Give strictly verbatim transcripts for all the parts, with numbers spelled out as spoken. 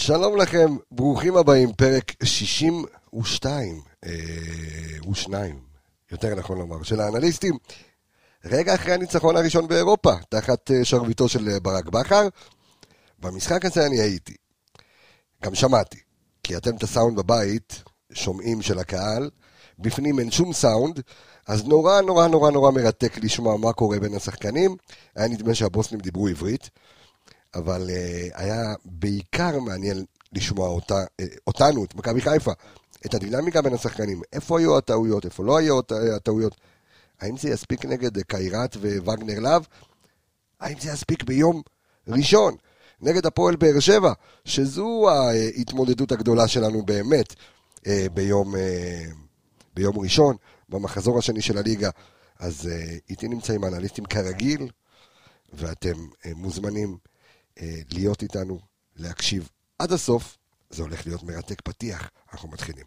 שלום לכם, ברוכים הבאים, פרק שישים ושתיים, ושניים, יותר נכון לומר, של האנליסטים. רגע אחרי הניצחון הראשון באירופה, תחת שרביטו של ברק בכר. במשחק הזה אני הייתי. גם שמעתי, כי אתם את הסאונד בבית, שומעים של הקהל, בפנים אין שום סאונד, אז נורא נורא נורא נורא מרתק לשמוע מה קורה בין השחקנים. היה נדמה שהבוסנים דיברו עברית, אבל uh, היה בעיקר מעניין לשמוע אותה, uh, אותנו, את מכבי חיפה, את הדינמיקה בין השחקנים, איפה היו הטעויות, איפה לא היו הטעויות, האם זה יספיק נגד קיירת ווגנר לב, האם זה יספיק ביום ראשון, נגד הפועל באר שבע, שזו ההתמודדות הגדולה שלנו באמת, uh, ביום, uh, ביום ראשון, במחזור השני של הליגה. אז uh, איתי נמצאים האנליסטים כרגיל, ואתם uh, מוזמנים להיות איתנו, להקשיב עד הסוף. זה הולך להיות מרתק פתיח. אנחנו מתחילים.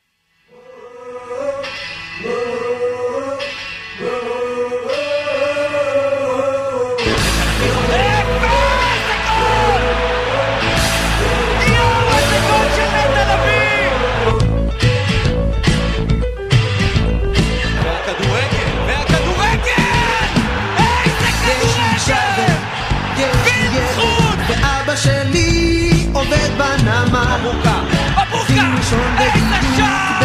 שלי עובד בנמה מבוקה, מבוקה, איזה שער!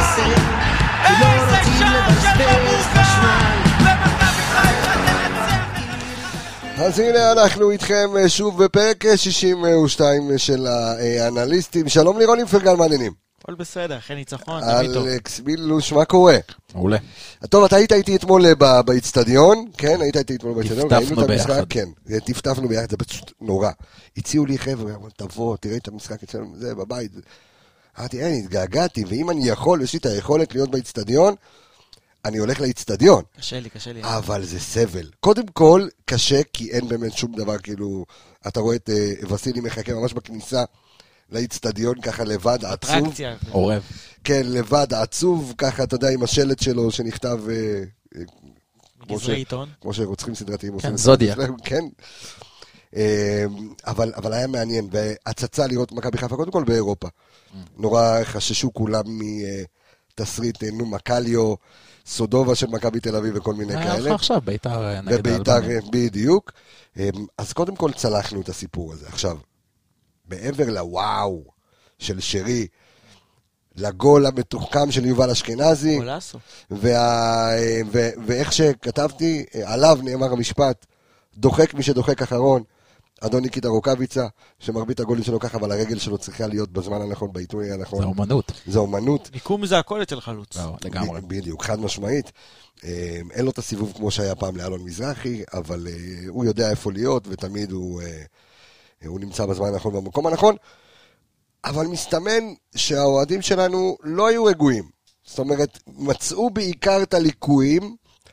איזה שער של מבוקה! ומכבי חיפה תנצח! אז הנה אנחנו איתכם שוב בפרק שישים ושתיים של האנליסטים. שלום לירון אימפרגן, מעניינים? הכל בסדר, אחרי ניצחון, תמיד טוב. אלכס מילוש, מה קורה? מעולה. טוב, אתה היית איתי אתמול באצטדיון, כן? היית איתי אתמול באצטדיון, טפטפנו ביחד. כן, טפטפנו ביחד, זה פשוט נורא. הציעו לי חבר'ה, תבוא, תראה את המשחק אצלנו, זה בבית. אמרתי, אין, התגעגעתי, ואם אני יכול, יש לי את היכולת להיות באצטדיון, אני הולך לאצטדיון. קשה לי, קשה לי. אבל זה סבל. קודם כל, קשה, כי אין באמת שום דבר, כאילו, אתה רואה את וסילי מחכה ממש בכניסה, לאצטדיון ככה לבד, עצוב. עורב. כן, לבד, עצוב, ככה, אתה יודע, עם השלט שלו שנכתב... גזרי עיתון. כמו שרוצחים סדרתיים. כן, זודיאק. כן. אבל, אבל היה מעניין, והצצה לראות מכבי חיפה, קודם כל באירופה. נורא חששו כולם מתסריט נומה קליו, סודובה של מכבי תל אביב וכל מיני כאלה. היה עכשיו, ביתר נגד האלבנים. בדיוק. אז קודם כל צלחנו את הסיפור הזה. עכשיו, מעבר לוואו של שרי, לגול המתוחכם של יובל אשכנזי, וה... ו... ואיך שכתבתי, עליו נאמר המשפט, דוחק מי שדוחק אחרון, אדון ניקיטה רוקאביצה, שמרבית הגולים שלו ככה, אבל הרגל שלו צריכה להיות בזמן הנכון, בעיתוי הנכון. זה אומנות. זה אומנות. מיקום זה הכל אצל חלוץ. לא, לגמרי. בדיוק, חד משמעית. אין לו את הסיבוב כמו שהיה פעם לאלון מזרחי, אבל הוא יודע איפה להיות, ותמיד הוא... הוא נמצא בזמן הנכון במקום הנכון, אבל מסתמן שהאוהדים שלנו לא היו רגועים. זאת אומרת, מצאו בעיקר את הליקויים,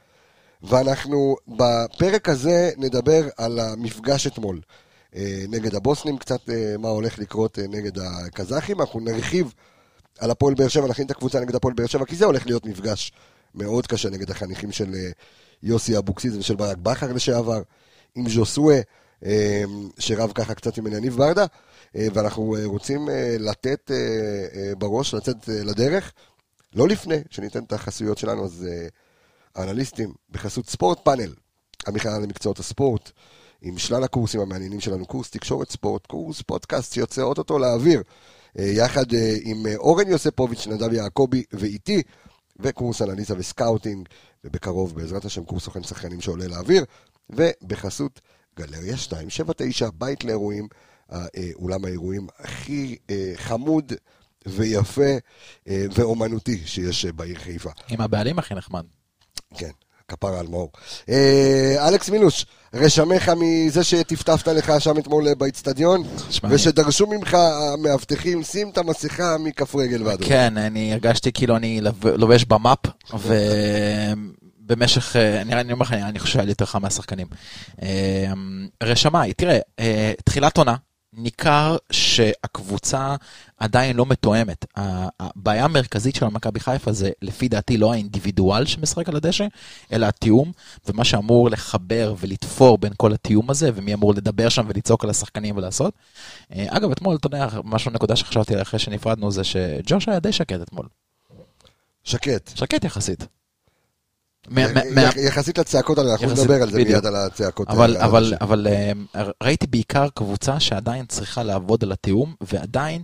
ואנחנו בפרק הזה נדבר על המפגש אתמול נגד הבוסנים, קצת מה הולך לקרות נגד הקזחים. אנחנו נרחיב על הפועל באר שבע, נכין את הקבוצה נגד הפועל באר שבע, כי זה הולך להיות מפגש מאוד קשה נגד החניכים של יוסי אבוקסיס ושל ברק בכר לשעבר, עם ז'וסואה, שרב ככה קצת עם יניב ברדה, ואנחנו רוצים לתת בראש, לצאת לדרך, לא לפני שניתן את החסויות שלנו. אז האנליסטים בחסות ספורט פאנל, המכללה למקצועות הספורט, עם שלל הקורסים המעניינים שלנו, קורס תקשורת ספורט, קורס פודקאסט שיוצא אותו לאוויר, יחד עם אורן יוספוביץ', נדב יעקובי ואיתי, וקורס אנליזה וסקאוטינג, ובקרוב בעזרת השם קורס סוכן שחקנים שעולה לאוויר, ובחסות גלריה שתיים שבע תשע, בית לאירועים, אולם האירועים הכי חמוד ויפה ואומנותי שיש בעיר חיפה. עם הבעלים הכי נחמד. כן, כפרה על מאור. אלכס מילוש, רשמך מזה שטפטפת לך שם אתמול באצטדיון, ושדרשו ממך המאבטחים, שים את המסכה מכף רגל ועד. כן, אני הרגשתי כאילו אני לובש במאפ, ו... במשך, אני אומר לך, אני חושב על יותר חמש שחקנים. רשמי, תראה, תחילת עונה, ניכר שהקבוצה עדיין לא מתואמת. הבעיה המרכזית של מכבי חיפה זה לפי דעתי לא האינדיבידואל שמשחק על הדשא, אלא התיאום, ומה שאמור לחבר ולתפור בין כל התיאום הזה, ומי אמור לדבר שם וליצוק על השחקנים ולעשות. אגב, אתמול, אתה יודע, משהו נקודה שחשבתי אחרי שנפרדנו, זה שג'וש היה די שקט אתמול. שקט. שקט יחסית. יחסית לצעקות, אנחנו נדבר על זה מיד על הצעקות. אבל ראיתי בעיקר קבוצה שעדיין צריכה לעבוד על התיאום, ועדיין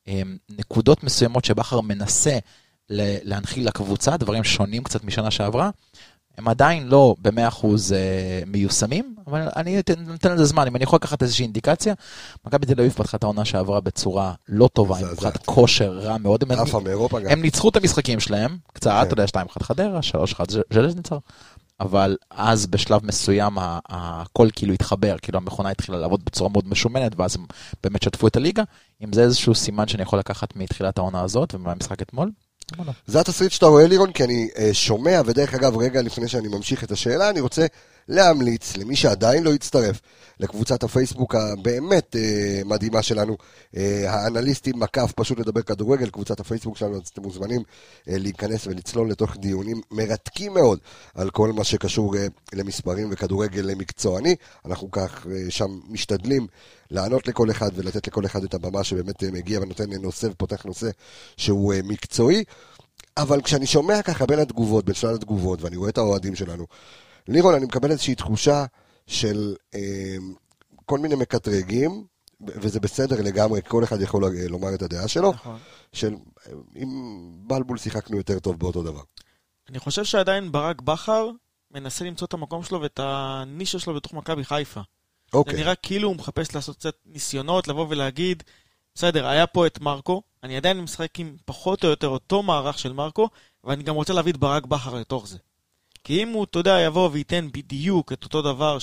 נקודות מסוימות שבחר מנסה להנחיל לקבוצה, דברים שונים קצת משנה שעברה, הם עדיין לא ב-מאה אחוז מיושמים, אבל אני נותן לזה זמן, אם אני יכול לקחת איזושהי אינדיקציה, מכבי תל אביב פתחה את העונה שעברה בצורה לא טובה, עם מבחינת כושר רע מאוד, הם ניצחו את המשחקים שלהם, קצת, אתה יודע, שתיים אחת חדרה, שלוש אחת ז'לזניצר, אבל אז בשלב מסוים הכל כאילו התחבר, כאילו המכונה התחילה לעבוד בצורה מאוד משומנת, ואז הם באמת שתפו את הליגה, אם זה איזשהו סימן שאני יכול לקחת מתחילת העונה הזאת, ומהמשחק אתמול, זה התסריט שאתה רואה לירון, כי אני שומע, ודרך אגב, רגע לפני שאני ממשיך את השאלה, אני רוצה להמליץ למי שעדיין לא יצטרף לקבוצת הפייסבוק הבאמת מדהימה שלנו, האנליסטים מקף פשוט לדבר כדורגל, קבוצת הפייסבוק שלנו, אז אתם מוזמנים להיכנס ולצלול לתוך דיונים מרתקים מאוד על כל מה שקשור למספרים וכדורגל מקצועני. אנחנו כך שם משתדלים לענות לכל אחד ולתת לכל אחד את הבמה שבאמת מגיע ונותן נושא ופותח נושא שהוא מקצועי. אבל כשאני שומע ככה בין התגובות, בין שלל התגובות, ואני רואה את האוהדים שלנו, לירון, אני מקבל איזושהי תחושה של אה, כל מיני מקטרגים, וזה בסדר לגמרי, כל אחד יכול לומר את הדעה שלו, נכון. של אם בלבול שיחקנו יותר טוב באותו דבר. אני חושב שעדיין ברק בכר מנסה למצוא את המקום שלו ואת הנישה שלו בתוך מכבי חיפה. אוקיי. זה נראה כאילו הוא מחפש לעשות קצת ניסיונות, לבוא ולהגיד, בסדר, היה פה את מרקו, אני עדיין משחק עם פחות או יותר אותו מערך של מרקו, ואני גם רוצה להביא את ברק בכר לתוך זה. כי אם הוא, אתה יודע, יבוא וייתן בדיוק את אותו דבר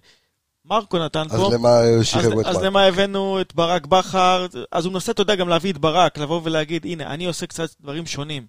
שמרקו נתן פה, אז למה שחררו את אז למה הבאנו את ברק בכר, אז הוא מנסה, אתה יודע, גם להביא את ברק, לבוא ולהגיד, הנה, אני עושה קצת דברים שונים.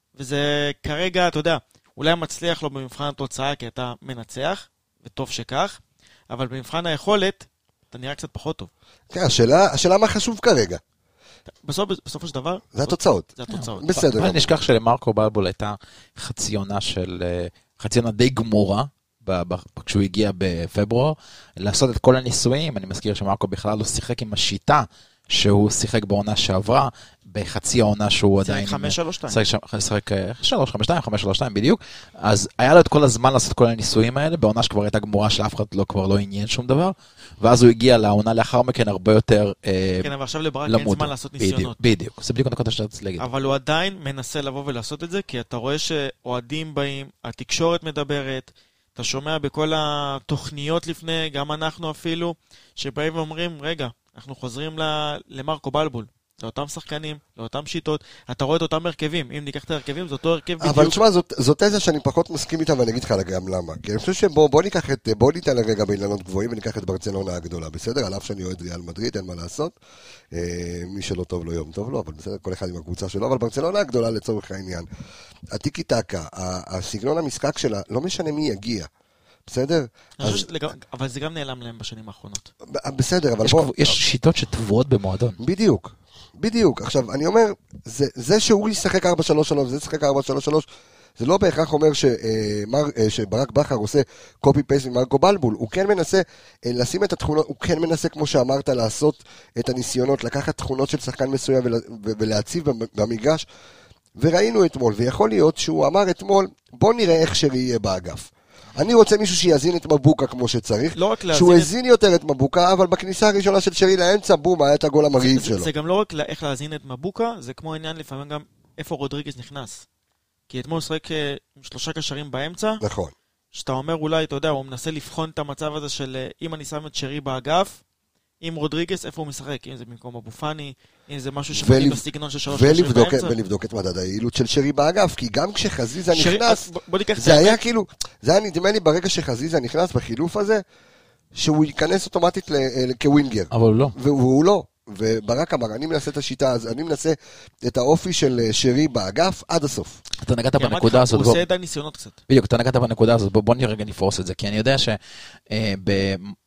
וזה כרגע, אתה יודע, אולי מצליח לו במבחן התוצאה, כי אתה מנצח, וטוב שכך, אבל במבחן היכולת, אתה נראה קצת פחות טוב. כן, השאלה, השאלה מה חשוב כרגע. בסוף, בסופו של דבר, זה התוצאות. זה התוצאות. בסדר. אבל נשכח שלמרקו בלבול הייתה חצי עונה של, חצי עונה די גמורה, כשהוא הגיע בפברואר, לעשות את כל הניסויים. אני מזכיר שמרקו בכלל לא שיחק עם השיטה שהוא שיחק בעונה שעברה, בחצי העונה שהוא עדיין... חמש שלוש שתיים. שיחק שלוש חמש שתיים, חמש שלוש שתיים בדיוק. אז היה לו את כל הזמן לעשות כל הניסויים האלה, בעונה שכבר הייתה גמורה שאף אחד לא, כבר לא עניין שום דבר, ואז הוא הגיע לעונה לאחר מכן הרבה יותר כן, אבל עכשיו לברק אין זמן לעשות ניסיונות. בדיוק, זה בדיוק הנקודה שאתה רוצה להגיד. אבל הוא עדיין מנסה לבוא ולעשות את זה, כי אתה רואה שאוהדים באים, התקשורת מדברת, אתה שומע בכל התוכניות לפני, גם אנחנו אפילו, שבאים ואומרים, רגע, אנחנו חוזרים למרקו בלבול. לאותם שחקנים, לאותם שיטות, אתה רואה את אותם הרכבים, אם ניקח את הרכבים, זה אותו הרכב בדיוק. אבל תשמע, זאת, זאת איזה שאני פחות מסכים איתה, ואני אגיד לך גם למה. כי אני חושב שבוא, בוא ניקח את, בוא ניתן לרגע באילנות גבוהים, וניקח את ברצלונה הגדולה, בסדר? על אף שאני אוהד ריאל מדריד, אין מה לעשות. אה, מי שלא טוב לו יום טוב לו, אבל בסדר, כל אחד עם הקבוצה שלו, אבל ברצלונה הגדולה לצורך העניין. הטיקי טקה, הסגנון המשחק שלה, לא משנה מי יגיע. בסדר? אז... אבל זה גם נעלם להם בשנים האחרונות. בסדר, אבל יש, בוא... יש שיטות שטבועות במועדון. בדיוק. בדיוק. עכשיו, אני אומר, זה, זה שהוא ישחק ארבע שלוש שלוש, זה ישחק ארבע שלוש שלוש, זה לא בהכרח אומר שמר, שברק בכר עושה קופי פייסט ממרקו בלבול. הוא כן מנסה לשים את התכונות, הוא כן מנסה, כמו שאמרת, לעשות את הניסיונות, לקחת תכונות של שחקן מסוים ולהציב במגרש. וראינו אתמול, ויכול להיות שהוא אמר אתמול, בוא נראה איך שרי יהיה באגף. אני רוצה מישהו שיזין את מבוקה כמו שצריך, לא שהוא הזין יותר את מבוקה, אבל בכניסה הראשונה של שרי לאמצע, בום, היה את הגול המרהיב שלו. זה גם לא רק איך להזין את מבוקה, זה כמו עניין לפעמים גם איפה רודריגז נכנס. כי אתמול שחק עם שלושה קשרים באמצע, נכון. שאתה אומר אולי, אתה יודע, הוא מנסה לבחון את המצב הזה של אם אני שם את שרי באגף, עם רודריגז, איפה הוא משחק? אם זה במקום אבו פאני, אם זה משהו שמתאים בסגנון של שלוש קשרים באמצע. ולבדוק את מדד היעילות של שרי באגף, כי גם כשחזיזה נכנס, זה היה כאילו, זה היה נדמה לי ברגע שחזיזה נכנס בחילוף הזה, שהוא ייכנס אוטומטית כווינגר. אבל הוא לא. והוא לא. וברק אמר, אני מנסה את השיטה הזו, אני מנסה את האופי של שרי באגף עד הסוף. אתה נגעת בנקודה הזאת. הוא עושה את הניסיונות קצת. בדיוק, אתה נגעת בנקודה הזאת, בוא נראה רגע נפרוס את זה, כי אני יודע ש...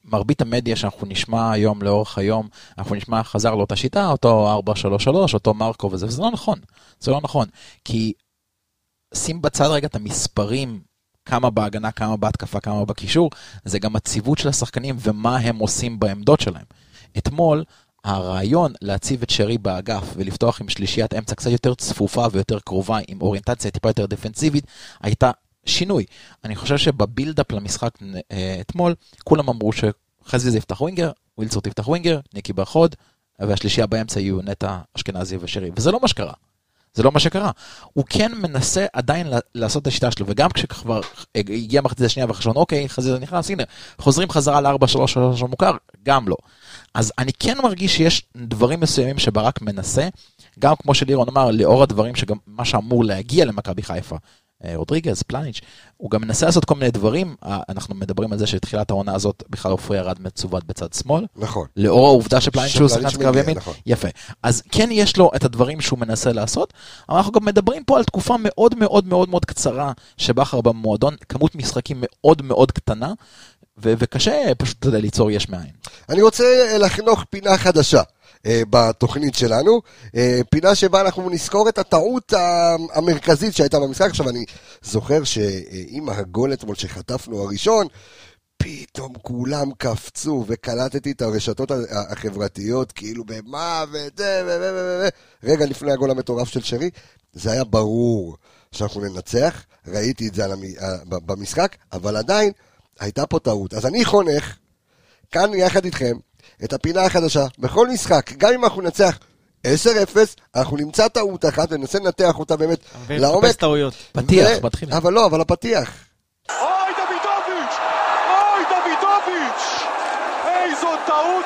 מרבית המדיה שאנחנו נשמע היום לאורך היום, אנחנו נשמע חזר לאותה שיטה, אותו ארבע שלוש שלוש, אותו מרקו וזה, וזה לא נכון. זה לא נכון. כי שים בצד רגע את המספרים, כמה בהגנה, כמה בהתקפה, כמה בקישור, זה גם הציוות של השחקנים ומה הם עושים בעמדות שלהם. אתמול, הרעיון להציב את שרי באגף ולפתוח עם שלישיית אמצע קצת יותר צפופה ויותר קרובה, עם אוריינטציה טיפה יותר דפנסיבית, הייתה שינוי. אני חושב שבבילדאפ למשחק אתמול, כולם אמרו שחזי זה יפתח ווינגר, ווילצור תפתח ווינגר, ניקי ברחוד, והשלישייה באמצע יהיו נטע, אשכנזי ושרי. וזה לא מה שקרה. זה לא מה שקרה. הוא כן מנסה עדיין לעשות את השיטה שלו, וגם כשכבר הגיע מחצית השנייה וחשבון, אוקיי, חזי זה נכנס, הנה, חוזרים חזרה ל-ארבע שלוש שלוש המוכר, גם לא. אז אני כן מרגיש שיש דברים מסוימים שברק מנסה, גם כמו שלירון אמר, לאור הדברים שגם מה שאמור להגיע למכבי חיפה, רודריגז, פלניץ', הוא גם מנסה לעשות כל מיני דברים, אנחנו מדברים על זה שתחילת העונה הזאת בכלל אופרי ירד מצוות בצד שמאל, נכון. לאור העובדה שפלניץ' הוא שחקן קו ימין, יפה. אז כן יש לו את הדברים שהוא מנסה לעשות, אבל אנחנו גם מדברים פה על תקופה מאוד מאוד מאוד מאוד קצרה, שבחר במועדון, כמות משחקים מאוד מאוד קטנה, וקשה פשוט ליצור יש מאין. אני רוצה לחנוך פינה חדשה. בתוכנית שלנו, פינה שבה אנחנו נזכור את הטעות המרכזית שהייתה במשחק. עכשיו אני זוכר שעם הגול אתמול שחטפנו הראשון, פתאום כולם קפצו וקלטתי את הרשתות החברתיות כאילו במה וזה וזה רגע לפני הגול המטורף של שרי, זה היה ברור שאנחנו ננצח, ראיתי את זה במשחק, אבל עדיין הייתה פה טעות. אז אני חונך כאן יחד איתכם את הפינה החדשה, בכל משחק, גם אם אנחנו נצח עשר אפס, אנחנו נמצא טעות אחת וננסה לנתח אותה באמת לעומק. פתיח, מתחיל. אבל לא, אבל הפתיח. אוי דוידוביץ'! אוי דוידוביץ'! איזו טעות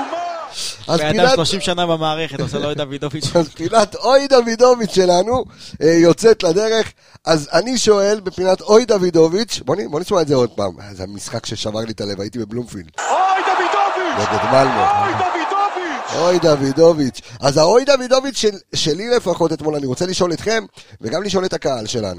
איומה! ואדם שלושים שנה במערכת, עושה לו אוי דוידוביץ'. אז פינת אוי דוידוביץ' שלנו יוצאת לדרך. אז אני שואל בפינת אוי דוידוביץ', בוא נשמע את זה עוד פעם. זה המשחק ששבר לי את הלב, הייתי בבלומפילד. אוי דוידוביץ'! נגד מלמו. אוי דוידוביץ'! אוי דוידוביץ'. אז האוי דוידוביץ' של, שלי לפחות אתמול, אני רוצה לשאול אתכם, וגם לשאול את הקהל שלנו.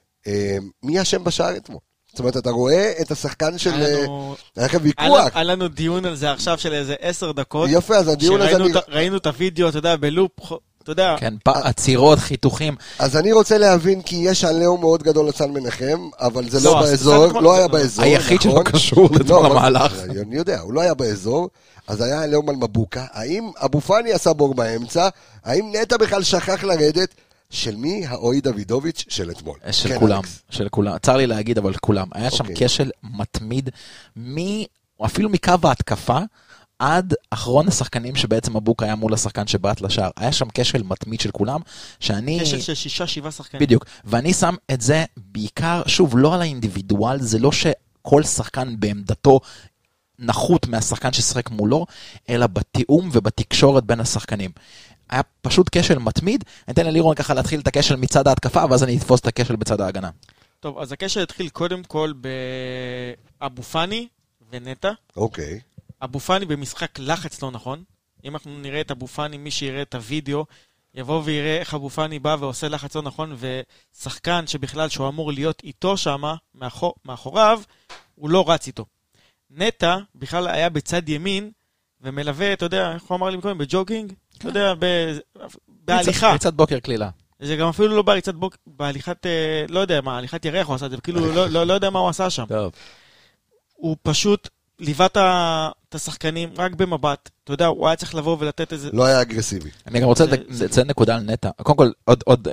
מי השם בשער אתמול? זאת אומרת, אתה רואה את השחקן של... היה לכם ויכוח. היה לנו דיון על זה עכשיו של איזה עשר דקות. יפה, אז הדיון הזה... ראינו את הוידאו, אתה יודע, בלופ, אתה יודע... כן, עצירות, חיתוכים. אז אני רוצה להבין, כי יש עליהו מאוד גדול לצד מנחם, אבל זה לא באזור, לא היה באזור. היחיד שלא קשור לתוך המהלך. אני יודע, הוא לא היה באזור, אז היה עליהו על מבוקה. האם אבו פאני עשה בור באמצע? האם נטע בכלל שכח לרדת? של מי האוי דוידוביץ' של אתמול? של כן, כולם, אלכס. של כולם. צר לי להגיד, אבל כולם. היה שם אוקיי. כשל מתמיד, מ... אפילו מקו ההתקפה, עד אחרון השחקנים שבעצם הבוק היה מול השחקן שבאת לשער. היה שם כשל מתמיד של כולם, שאני... כשל של שישה, שבעה שחקנים. בדיוק. ואני שם את זה בעיקר, שוב, לא על האינדיבידואל, זה לא שכל שחקן בעמדתו נחות מהשחקן ששחק מולו, אלא בתיאום ובתקשורת בין השחקנים. היה פשוט כשל מתמיד. אני אתן ללירון ככה להתחיל את הכשל מצד ההתקפה, ואז אני אתפוס את הכשל בצד ההגנה. טוב, אז הכשל התחיל קודם כל באבו פאני ונטע. אוקיי. אבו פאני במשחק לחץ לא נכון. אם אנחנו נראה את אבו פאני, מי שיראה את הוידאו, יבוא ויראה איך אבו פאני בא ועושה לחץ לא נכון, ושחקן שבכלל שהוא אמור להיות איתו שם, מאחור, מאחוריו, הוא לא רץ איתו. נטע בכלל היה בצד ימין, ומלווה, אתה יודע, איך הוא אמר לי מקודם, בג'וגינג? אתה יודע, בהליכה. ריצת בוקר כלילה. זה גם אפילו לא בהליכת בוקר, בהליכת, לא יודע מה, הליכת ירח הוא עשה את זה, כאילו לא יודע מה הוא עשה שם. טוב. הוא פשוט ליווה את השחקנים רק במבט, אתה יודע, הוא היה צריך לבוא ולתת איזה... לא היה אגרסיבי. אני גם רוצה לציין נקודה על נטע. קודם כל, עוד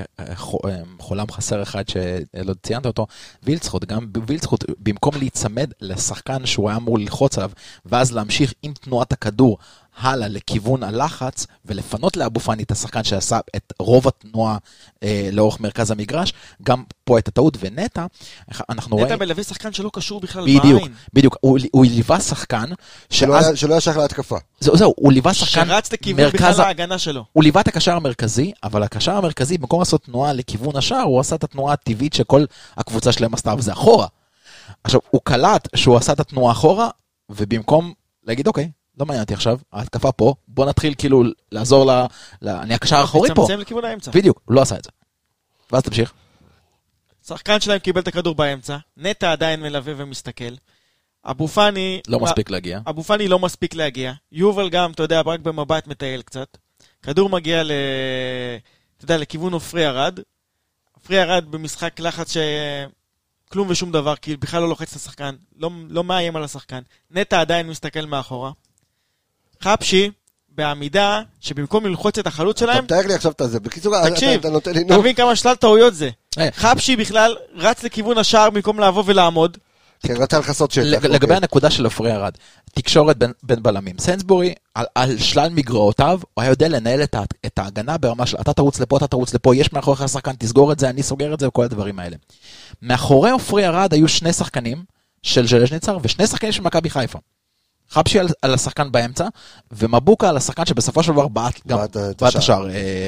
חולם חסר אחד שלא ציינת אותו, וילצחוט, גם וילצחוט, במקום להיצמד לשחקן שהוא היה אמור ללחוץ עליו, ואז להמשיך עם תנועת הכדור הלאה לכיוון הלחץ, ולפנות לאבו פאני את השחקן שעשה את רוב התנועה אה, לאורך מרכז המגרש, גם פה את הטעות ונטע, אנחנו רואים... נטע מלווה שחקן שלא קשור בכלל בדיוק, בעין. בדיוק, הוא, הוא ליווה שחקן, שאז... שלא ישך להתקפה. זהו, זהו, הוא ליווה שחקן... שרץ לכיוון בכלל ההגנה שלו. הוא ליווה את הקשר המרכזי, אבל הקשר המרכזי, במקום לעשות תנועה לכיוון השער, הוא עשה את התנועה הטבעית שכל הקבוצה שלהם עשתה, וזה אחורה. עכשיו, הוא קלט שהוא עשה את התנועה אחורה, ובמקום להגיד, אוקיי, לא מעניין אותי עכשיו, ההתקפה פה, בוא נתחיל כאילו לעזור ל... ל... אני הקשר האחורי פה. מצמצם לכיוון האמצע. בדיוק, הוא לא עשה את זה. ואז תמשיך. שחקן שלהם קיבל את הכדור באמצע, נטע עדיין מלווה ומסתכל, אבו פאני... לא מספיק להגיע. אבו פאני לא מספיק להגיע. יובל גם, אתה יודע, רק במבט מטייל קצת. כדור מגיע ל... אתה יודע, לכיוון אופרי ארד. אופרי ארד במשחק לחץ ש... כלום ושום דבר, כי בכלל לא לוחץ את השחקן, לא, לא מאיים על השחקן. נטע עדיין מסתכל מאחורה. חפשי, בעמידה, שבמקום ללחוץ את החלוץ שלהם... אתה מתאר לי עכשיו את זה. בקיצור, תקשיב, אתה נותן לי... אתה מבין כמה שלל טעויות זה. אה. חפשי בכלל רץ לכיוון השער במקום לעבור ולעמוד. כן, רצה לחסות שטח. לגבי הנקודה של אופרי ארד, תקשורת בין, בין בלמים. סיינסבורי, על, על שלל מגרעותיו, הוא היה יודע לנהל את, ה, את ההגנה ברמה של אתה תרוץ לפה, אתה תרוץ לפה, יש מאחוריך השחקן, תסגור את זה, אני סוגר את זה, וכל הדברים האלה. מאחורי אופרי ארד היו שני שחקנים של ז'לז'ניצר, ושני שחקנים של מכבי חיפה. חפשי על, על השחקן באמצע, ומבוקה על השחקן שבסופו של דבר בעט גם, בעט השער.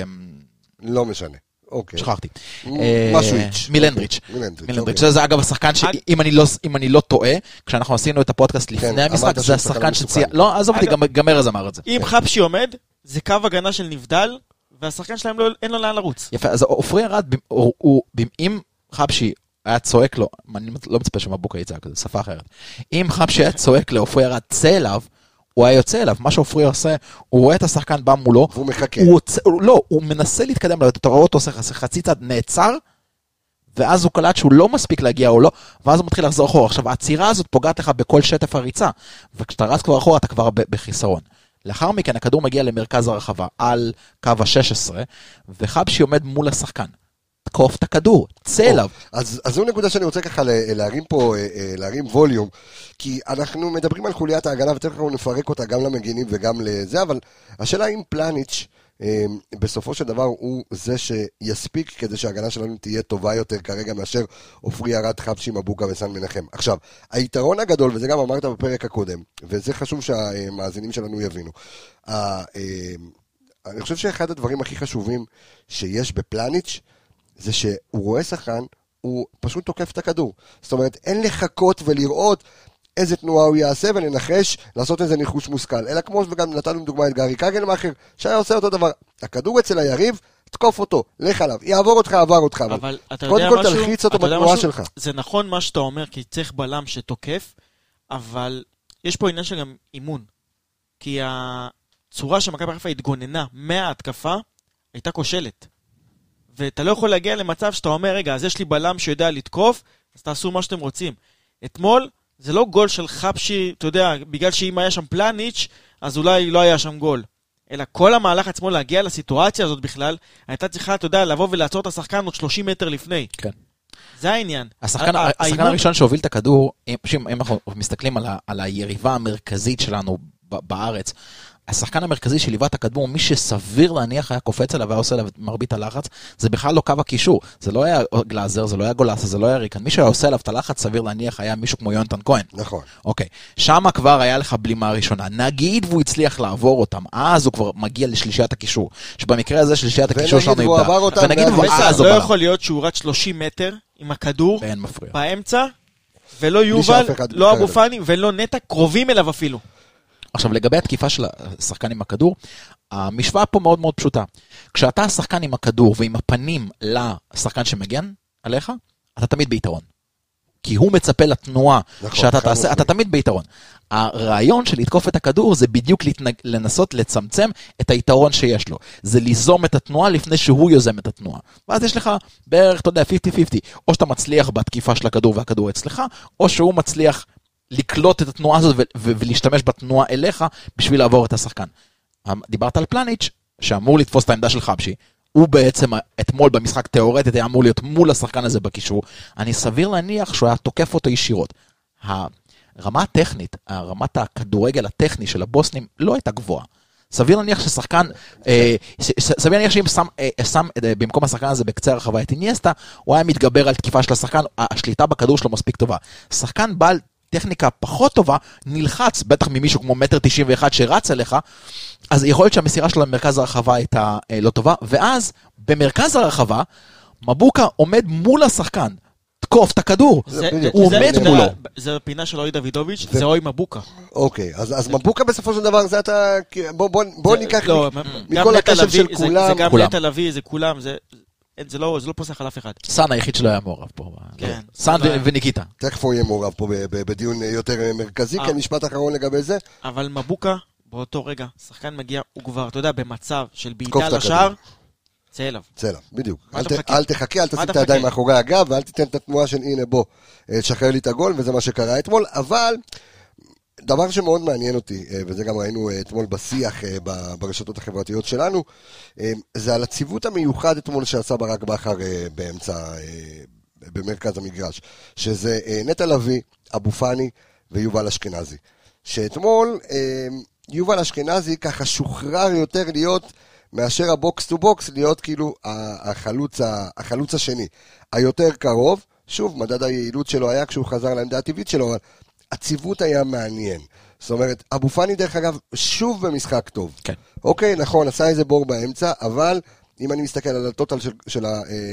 לא משנה. אוקיי. שכחתי. משהו איץ'. מילנדריץ'. מילנדריץ'. זה אגב השחקן שאם אני לא טועה, כשאנחנו עשינו את הפודקאסט לפני המשחק, זה השחקן שציין, לא, עזוב אותי, גם ארז אמר את זה. אם חפשי עומד, זה קו הגנה של נבדל, והשחקן שלהם אין לו לאן לרוץ. יפה, אז אופרי ארד, אם חפשי היה צועק לו, אני לא מצפה שמבוקה יצעק, זה שפה אחרת. אם חפשי היה צועק לאופרי ארד, צא אליו, הוא היה יוצא אליו, מה שאופרי עושה, הוא רואה את השחקן בא מולו, והוא מחכה. הוא, לא, הוא מנסה להתקדם, אתה רואה אותו עושה חצי צד נעצר, ואז הוא קלט שהוא לא מספיק להגיע או לא, ואז הוא מתחיל לחזור אחורה. עכשיו, העצירה הזאת פוגעת לך בכל שטף הריצה, וכשאתה רץ כבר אחורה, אתה כבר בחיסרון. לאחר מכן, הכדור מגיע למרכז הרחבה, על קו ה-שש עשרה, וחבשי עומד מול השחקן. תקוף את הכדור, צא אליו. אז, אז זו נקודה שאני רוצה ככה להרים פה, להרים ווליום, כי אנחנו מדברים על חוליית ההגנה, ותכף אנחנו נפרק אותה גם למגינים וגם לזה, אבל השאלה אם פלניץ' בסופו של דבר הוא זה שיספיק כדי שההגנה שלנו תהיה טובה יותר כרגע מאשר אופרי ארד, חבשי, מבוקה וסן מנחם. עכשיו, היתרון הגדול, וזה גם אמרת בפרק הקודם, וזה חשוב שהמאזינים שלנו יבינו, אני חושב שאחד הדברים הכי חשובים שיש בפלניץ' זה שהוא רואה שחקן, הוא פשוט תוקף את הכדור. זאת אומרת, אין לחכות ולראות איזה תנועה הוא יעשה ולנחש, לעשות איזה ניחוש מושכל. אלא כמו וגם נתנו דוגמה את גארי קגלמאכר, שהיה עושה אותו דבר. הכדור אצל היריב, תקוף אותו, לך עליו, יעבור אותך, עבר אותך. אבל אתה קודם יודע כל משהו, תלחיץ אותו אתה יודע בתנועה משהו, שלך. זה נכון מה שאתה אומר, כי צריך בלם שתוקף, אבל יש פה עניין של גם אימון. כי הצורה שמכבי חיפה התגוננה מההתקפה, הייתה כושלת. ואתה לא יכול להגיע למצב שאתה אומר, רגע, אז יש לי בלם שיודע לתקוף, אז תעשו מה שאתם רוצים. אתמול, זה לא גול של חבשי, אתה יודע, בגלל שאם היה שם פלניץ', אז אולי לא היה שם גול. אלא כל המהלך עצמו להגיע לסיטואציה הזאת בכלל, הייתה צריכה, אתה יודע, לבוא ולעצור את השחקן עוד שלושים מטר לפני. כן. זה העניין. השחקן, השחקן הראשון שהוביל את הכדור, אם, אם אנחנו מסתכלים על, ה, על היריבה המרכזית שלנו בארץ, השחקן המרכזי שליווה את הכדור, מי שסביר להניח היה קופץ עליו והיה עושה עליו מרבית הלחץ, זה בכלל לא קו הקישור, זה לא היה גלאזר, זה לא היה גולסה, זה לא היה ריקן, מי שהיה עושה עליו את הלחץ סביר להניח היה מישהו כמו יונתן כהן. נכון. אוקיי, שם כבר היה לך בלימה הראשונה, נגיד והוא הצליח לעבור אותם, אז הוא כבר מגיע לשלישיית הקישור, שבמקרה הזה שלישיית הקישור שלנו והוא עבר אותם, ונגיד הוא אז לא יכול להיות שהוא רץ שלושים מטר עם הכדור באמצע, ולא יובל, לא אבו פאני ולא נטע קרובים אליו אפילו. עכשיו, לגבי התקיפה של השחקן עם הכדור, המשוואה פה מאוד מאוד פשוטה. כשאתה השחקן עם הכדור ועם הפנים לשחקן שמגן עליך, אתה תמיד ביתרון. כי הוא מצפה לתנועה נכון, שאתה תעשה, אתה תמיד ביתרון. הרעיון של לתקוף את הכדור זה בדיוק להתנג... לנסות לצמצם את היתרון שיש לו. זה ליזום את התנועה לפני שהוא יוזם את התנועה. ואז יש לך בערך, אתה יודע, חמישים חמישים. או שאתה מצליח בתקיפה של הכדור והכדור אצלך, או שהוא מצליח לקלוט את התנועה הזאת ו- ו- ולהשתמש בתנועה אליך בשביל לעבור את השחקן. דיברת על פלניץ' שאמור לתפוס את העמדה של חבשי, הוא בעצם אתמול במשחק תיאורטית היה אמור להיות מול השחקן הזה בקישור, אני סביר להניח שהוא היה תוקף אותו ישירות. הרמה הטכנית, הרמת הכדורגל הטכני של הבוסנים לא הייתה גבוהה. סביר להניח ששחקן, סביר להניח שאם שם במקום השחקן הזה בקצה הרחבה את איניאסטה, הוא היה מתגבר על תקיפה של השחקן, השליטה בכדור שלו מספיק טובה. שחקן בעל טכניקה פחות טובה, נלחץ, בטח ממישהו כמו מטר תשעים ואחת שרץ אליך, אז יכול להיות שהמסירה שלו למרכז הרחבה הייתה לא טובה, ואז במרכז הרחבה, מבוקה עומד מול השחקן, תקוף את הכדור, הוא עומד מולו. זה הפינה של אוי דוידוביץ', זה אוי מבוקה. אוקיי, אז מבוקה בסופו של דבר, זה אתה, בוא ניקח מכל הקשב של כולם. זה גם נטע לביא, זה כולם, זה לא פוסח על אף אחד. סאן היחיד שלא היה מעורב פה. כן. סאן וניקיטה. תכף הוא יהיה מעורב פה בדיון יותר מרכזי, כן, משפט אחרון לגבי זה. אבל מבוקה, באותו רגע, שחקן מגיע, הוא כבר, אתה יודע, במצב של בעיטה לשער, צא אליו. צא אליו, בדיוק. אל תחכה, אל תשים את הידיים מאחורי הגב, ואל תיתן את התנועה של הנה בוא, תשחרר לי את הגול, וזה מה שקרה אתמול, אבל דבר שמאוד מעניין אותי, וזה גם ראינו אתמול בשיח ברשתות החברתיות שלנו, זה על הציוות המיוחד אתמול שעשה ברק בכר באמצע, במרכז המגרש, שזה נטע לביא, אבו פאני ויובל אשכנזי. שאתמול יובל אשכנזי ככה שוחרר יותר להיות מאשר הבוקס טו בוקס, להיות כאילו החלוץ, החלוץ השני, היותר קרוב. שוב, מדד היעילות שלו היה כשהוא חזר לעמדה הטבעית שלו, אבל הציוות היה מעניין. זאת אומרת, אבו פאני דרך אגב שוב במשחק טוב. כן. אוקיי, נכון, עשה איזה בור באמצע, אבל אם אני מסתכל על הטוטל של, של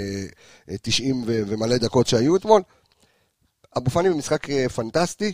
ה-תשעים ומלא דקות שהיו אתמול, אבו פאני במשחק פנטסטי.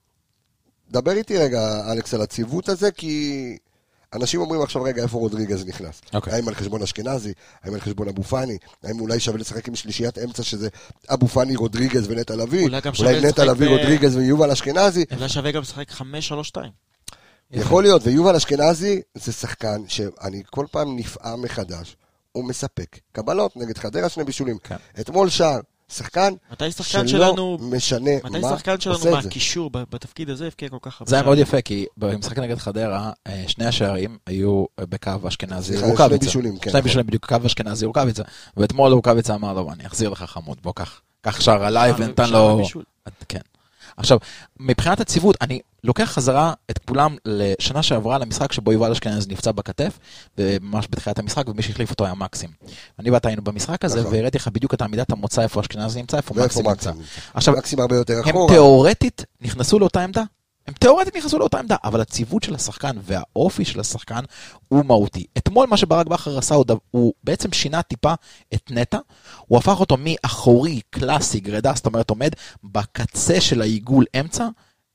דבר איתי רגע, אלכס, על הציוות הזה, כי אנשים אומרים עכשיו, רגע, איפה רודריגז נכנס? Okay. האם על חשבון אשכנזי? האם על חשבון אבו פאני? האם אולי שווה לשחק עם שלישיית אמצע, שזה אבו פאני, רודריגז ונטע לביא? אולי, אולי נטע לביא, ב... רודריגז ויובל אשכנזי? אולי שווה גם לשחק חמש שלוש שתיים. יכול להיות, ויובל אשכנזי זה שחקן שאני כל פעם נפעם מחדש, הוא מספק. קבלות נגד חדרה, שני בישולים. Okay. אתמול שער. שחקן שלא משנה מה מתי שחקן שלנו מהקישור בתפקיד הזה הפקיע כל כך הרבה. זה היה מאוד יפה, כי במשחק נגד חדרה, שני השערים היו בקו אשכנזי רוקאביצה. שני בישולים, כן. שני בישולים בדיוק, קו אשכנזי רוקאביצה. ואתמול רוקאביצה אמר לו, אני אחזיר לך חמוד, בוא קח. קח שער עליי ונתן לו... כן. עכשיו, מבחינת הציוות, אני לוקח חזרה את כולם לשנה שעברה למשחק שבו יובל אשכנזי נפצע בכתף, וממש בתחילת המשחק, ומי שהחליף אותו היה מקסים. אני ואתה היינו במשחק הזה, והראיתי לך בדיוק את עמידת המוצא, איפה אשכנזי נמצא, איפה מקסים נמצא. עכשיו, מקסים הרבה יותר הם תיאורטית נכנסו לאותה עמדה, הם תיאורטית נכנסו לאותה עמדה, אבל הציוות של השחקן והאופי של השחקן הוא מהותי. אתמול מה שברק בכר עשה, הוא בעצם שינה טיפה את נטע, הוא הפך אותו מאחורי קלאסי גרדה, זאת אומרת עומד בקצה של העיגול אמצע,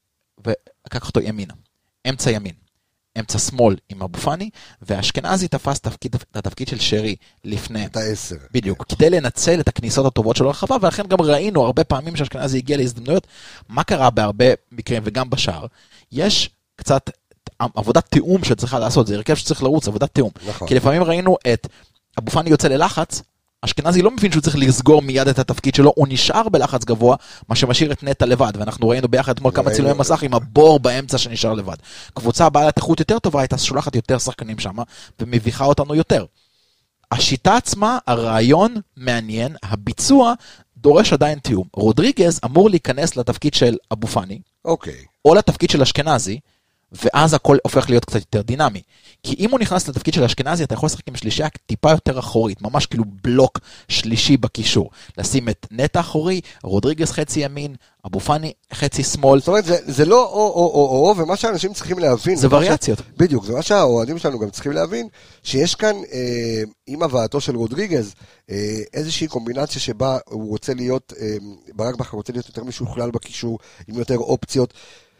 וקח אותו ימינה, אמצע ימין, אמצע שמאל עם אבו פאני, והאשכנזי תפס תפקיד, את התפקיד של שרי לפני. את העשר. בדיוק, כדי לנצל את הכניסות הטובות שלו לרחבה, ולכן גם ראינו הרבה פעמים שהאשכנזי הגיע להזדמנויות. מה קרה בהרבה מקרים וגם בשאר? יש קצת עבודת תיאום שצריכה לעשות, זה הרכב שצריך לרוץ, עבודת תיאום. נכון. כי לפעמים ראינו את אבו פאני יוצא ללחץ, אשכנזי לא מבין שהוא צריך לסגור מיד את התפקיד שלו, הוא נשאר בלחץ גבוה, מה שמשאיר את נטע לבד, ואנחנו ראינו ביחד אתמול כמה צילומי מסך עם הבור באמצע שנשאר לבד. קבוצה בעלת איכות יותר טובה הייתה שולחת יותר שחקנים שם, ומביכה אותנו יותר. השיטה עצמה, הרעיון מעניין, הביצוע דורש עדיין תיאום. רודריגז אמור להיכנס לתפקיד של אבו פאני, אוקיי. או לתפקיד של אשכנזי, ואז הכל הופך להיות קצת יותר דינמי. כי אם הוא נכנס לתפקיד של אשכנזי, אתה יכול לשחק עם שלישייה טיפה יותר אחורית, ממש כאילו בלוק שלישי בקישור. לשים את נטע אחורי, רודריגז חצי ימין, אבו פאני חצי שמאל. זאת אומרת, זה, זה לא או או או או, ומה שאנשים צריכים להבין... זה וריאציות. ש... בדיוק, זה מה שהאוהדים שלנו גם צריכים להבין, שיש כאן, אה, עם הבאתו של רודריגז, אה, איזושהי קומבינציה שבה הוא רוצה להיות, אה, ברק בכר רוצה להיות יותר משוכלל בקישור, עם יותר אופציות.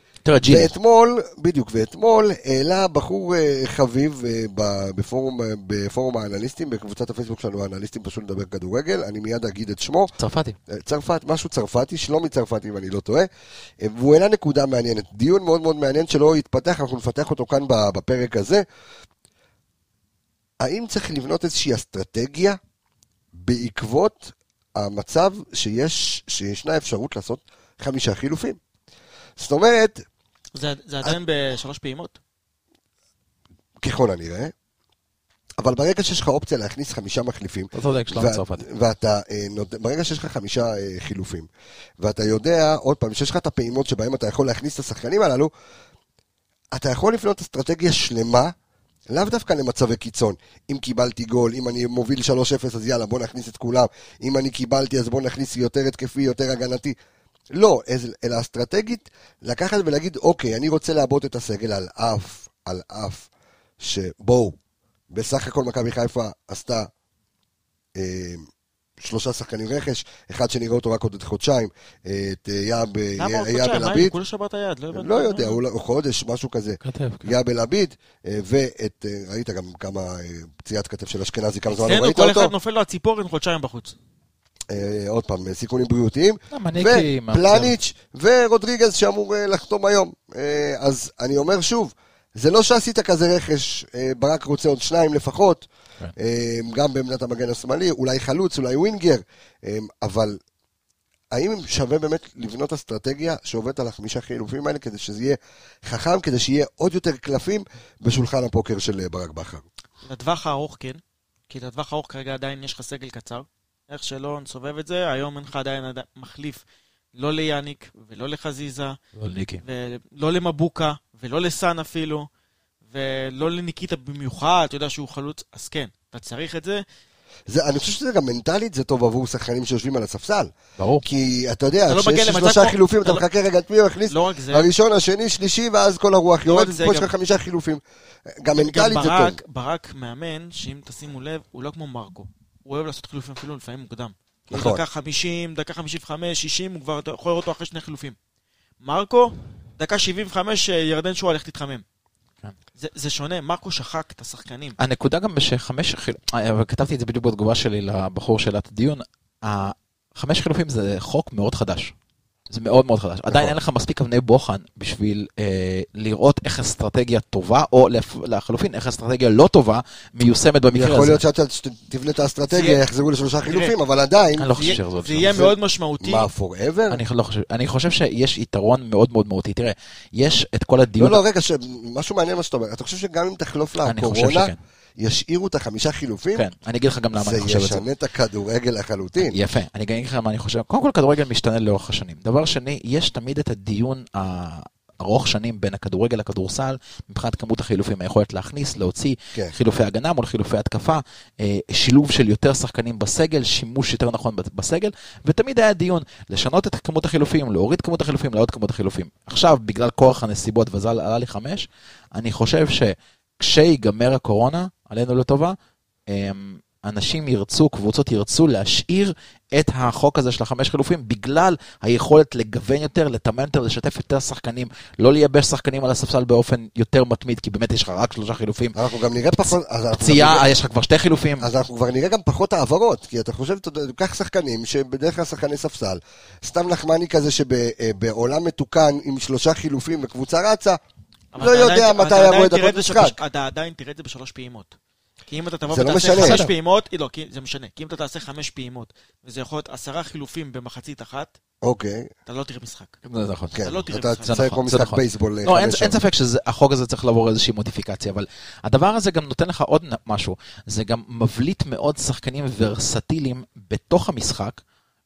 ואתמול, בדיוק, ואתמול העלה בחור חביב בפורום, בפורום האנליסטים, בקבוצת הפייסבוק שלנו, האנליסטים פשוט לדבר כדורגל, אני מיד אגיד את שמו. צרפתי. צרפת, משהו צרפתי, שלומי צרפתי אם אני לא טועה, והוא העלה נקודה מעניינת, דיון מאוד מאוד מעניין שלא יתפתח, אנחנו נפתח אותו כאן בפרק הזה. האם צריך לבנות איזושהי אסטרטגיה בעקבות המצב שיש, שישנה אפשרות לעשות חמישה חילופים? זאת אומרת... זה, זה עדיין בשלוש פעימות? ככל הנראה. אבל ברגע שיש לך אופציה להכניס חמישה מחליפים... אתה צודק, שלום צרפתי. ואתה... ברגע שיש לך חמישה חילופים, ואתה יודע, עוד פעם, שיש לך את הפעימות שבהם אתה יכול להכניס את השחקנים הללו, אתה יכול לפנות אסטרטגיה שלמה, לאו דווקא למצבי קיצון. אם קיבלתי גול, אם אני מוביל שלוש אפס, אז יאללה, בוא נכניס את כולם. אם אני קיבלתי, אז בוא נכניס יותר התקפי, יותר הגנתי. לא, אלא אסטרטגית, לקחת ולהגיד, אוקיי, אני רוצה לעבוד את הסגל על אף, על אף, שבואו, בסך הכל מכבי חיפה עשתה אה, שלושה שחקנים רכש, אחד שנראה אותו רק עוד חודשיים, את יאב אלעביד. למה עוד חודשיים? מה, הוא כולה שבר את היד? לא יודע, הוא חודש, משהו כזה. יאב אלעביד, ואת, ראית גם כמה פציעת כתף של אשכנזי, כמה זמן לא ראית אותו. כל אחד נופל לו הציפורן חודשיים בחוץ. עוד פעם, סיכונים בריאותיים, ופלניץ' ורודריגז שאמור לחתום היום. אז אני אומר שוב, זה לא שעשית כזה רכש, ברק רוצה עוד שניים לפחות, גם בעמדת המגן השמאלי, אולי חלוץ, אולי ווינגר, אבל האם שווה באמת לבנות אסטרטגיה שעובדת על החמישה חילופים האלה, כדי שזה יהיה חכם, כדי שיהיה עוד יותר קלפים בשולחן הפוקר של ברק בכר? לטווח הארוך כן, כי לטווח הארוך כרגע עדיין יש לך סגל קצר, איך שלא נסובב את זה, היום אין לך עדיין מחליף לא ליאניק ולא לחזיזה, ולא למבוקה ולא לסן אפילו, ולא לניקיטה במיוחד, אתה יודע שהוא חלוץ, אז כן, אתה צריך את זה. זה, אני חושב שזה גם מנטלית, זה טוב עבור שחקנים שיושבים על הספסל. ברור. כי אתה יודע, כשיש שלושה חילופים, אתה מחכה רגע את מי הוא הכניס, הראשון, השני, שלישי, ואז כל הרוח יורד, פה יש לך חמישה חילופים. גם מנטלית זה טוב. ברק מאמן, שאם תשימו לב, הוא לא כמו מרקו. הוא אוהב לעשות חילופים אפילו לפעמים מוקדם. נכון. דקה חמישים, דקה חמישים וחמש, שישים, הוא כבר יכול לראות אותו אחרי שני חילופים. מרקו, דקה שבעים וחמש, ירדן שואה הולך להתחמם. זה, זה שונה, מרקו שחק את השחקנים. הנקודה גם בשחמש חילופים, כתבתי את זה בדיוק בתגובה שלי לבחור שאלת הדיון, החמש חילופים זה חוק מאוד חדש. זה מאוד מאוד חדש. נכון. עדיין אין לך מספיק אבני בוחן בשביל אה, לראות איך אסטרטגיה טובה, או לחלופין, איך אסטרטגיה לא טובה מיושמת במקרה הזה. יכול להיות שאתה תבנה את האסטרטגיה, יחזרו לשלושה חילופים, אבל עדיין... אני לא חושב שזה זה יהיה מאוד משמעותי. מה, forever? אני לא חושב, אני חושב שיש יתרון מאוד מאוד מהותי. תראה, יש את כל הדיון... לא, לא, רגע, משהו מעניין מה שאתה אומר. אתה חושב שגם אם תחלוף לה הקורונה, ישאירו את החמישה חילופים? כן, אני אגיד לך גם למה אני חושב את זה. זה ישנה את הכדורגל לחלוטין. יפה, אני אגיד לך מה אני חושב. קודם כל, כדורגל משתנה לאורך השנים. דבר שני, יש תמיד את הדיון הארוך שנים בין הכדורגל לכדורסל, מבחינת כמות החילופים, היכולת להכניס, להוציא כן. חילופי הגנה מול חילופי התקפה, שילוב של יותר שחקנים בסגל, שימוש יותר נכון בסגל, ותמיד היה דיון לשנות את כמות החילופים, להוריד כמות החילופים, להוריד כמות החילופים. עכשיו, בגלל כוח הנסיבות, וזה עלה לי חמש, אני חושב ש כשיגמר הקורונה, עלינו לטובה, אנשים ירצו, קבוצות ירצו להשאיר את החוק הזה של החמש חילופים, בגלל היכולת לגוון יותר, לתאמן יותר, לשתף יותר שחקנים, לא לייבש שחקנים על הספסל באופן יותר מתמיד, כי באמת יש לך רק שלושה חילופים. אנחנו גם נראה פחות... פציעה, יש לך כבר שתי חילופים. אז אנחנו כבר נראה גם פחות העברות, כי אתה חושב, כך שחקנים, שבדרך כלל שחקני ספסל, סתם נחמני כזה שבעולם מתוקן עם שלושה חילופים וקבוצה רצה, לא יודע מתי יבוא את דקות משחק. אתה עדיין תראה את זה בשלוש פעימות. כי אם אתה תבוא ותעשה חמש פעימות, לא, זה משנה. כי אם אתה תעשה חמש פעימות, וזה יכול להיות עשרה חילופים במחצית אחת, אוקיי. אתה לא תראה משחק. זה נכון. אתה לא תראה משחק. אתה צריך כמו משחק בייסבול. לא, אין ספק שהחוק הזה צריך לעבור איזושהי מודיפיקציה, אבל הדבר הזה גם נותן לך עוד משהו. זה גם מבליט מאוד שחקנים ורסטיליים בתוך המשחק,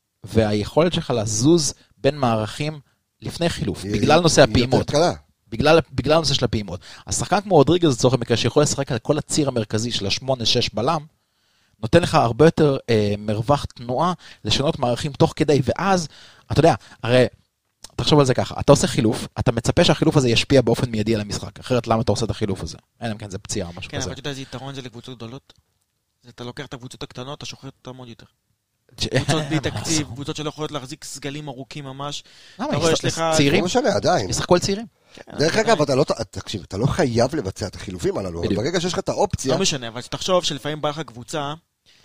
והיכולת שלך לזוז בין מערכים לפני חילוף, בגלל נושא הפעימות. בגלל, בגלל הנושא של הפעימות. השחקן כמו רודריגז לצורך המקרה שיכול לשחק על כל הציר המרכזי של השמונה שש בלם, נותן לך הרבה יותר אה, מרווח תנועה לשנות מערכים תוך כדי, ואז, אתה יודע, הרי, תחשוב על זה ככה, אתה עושה חילוף, אתה מצפה שהחילוף הזה ישפיע באופן מיידי על המשחק, אחרת למה אתה עושה את החילוף הזה? אין, כן, זה פציעה או משהו כן, כזה. כן, אבל אתה יודע, איזה יתרון זה לקבוצות גדולות? זה אתה לוקח את הקבוצות הקטנות, אתה שוחרר אותם עוד יותר. קבוצות בלי תקציב, קבוצות שלא יכולות להחזיק סגלים ארוכים ממש. צעירים? עדיין. ישחקו על צעירים. דרך אגב, תקשיב, אתה לא חייב לבצע את החילופים הללו, אבל ברגע שיש לך את האופציה... לא משנה, אבל תחשוב שלפעמים בא לך קבוצה...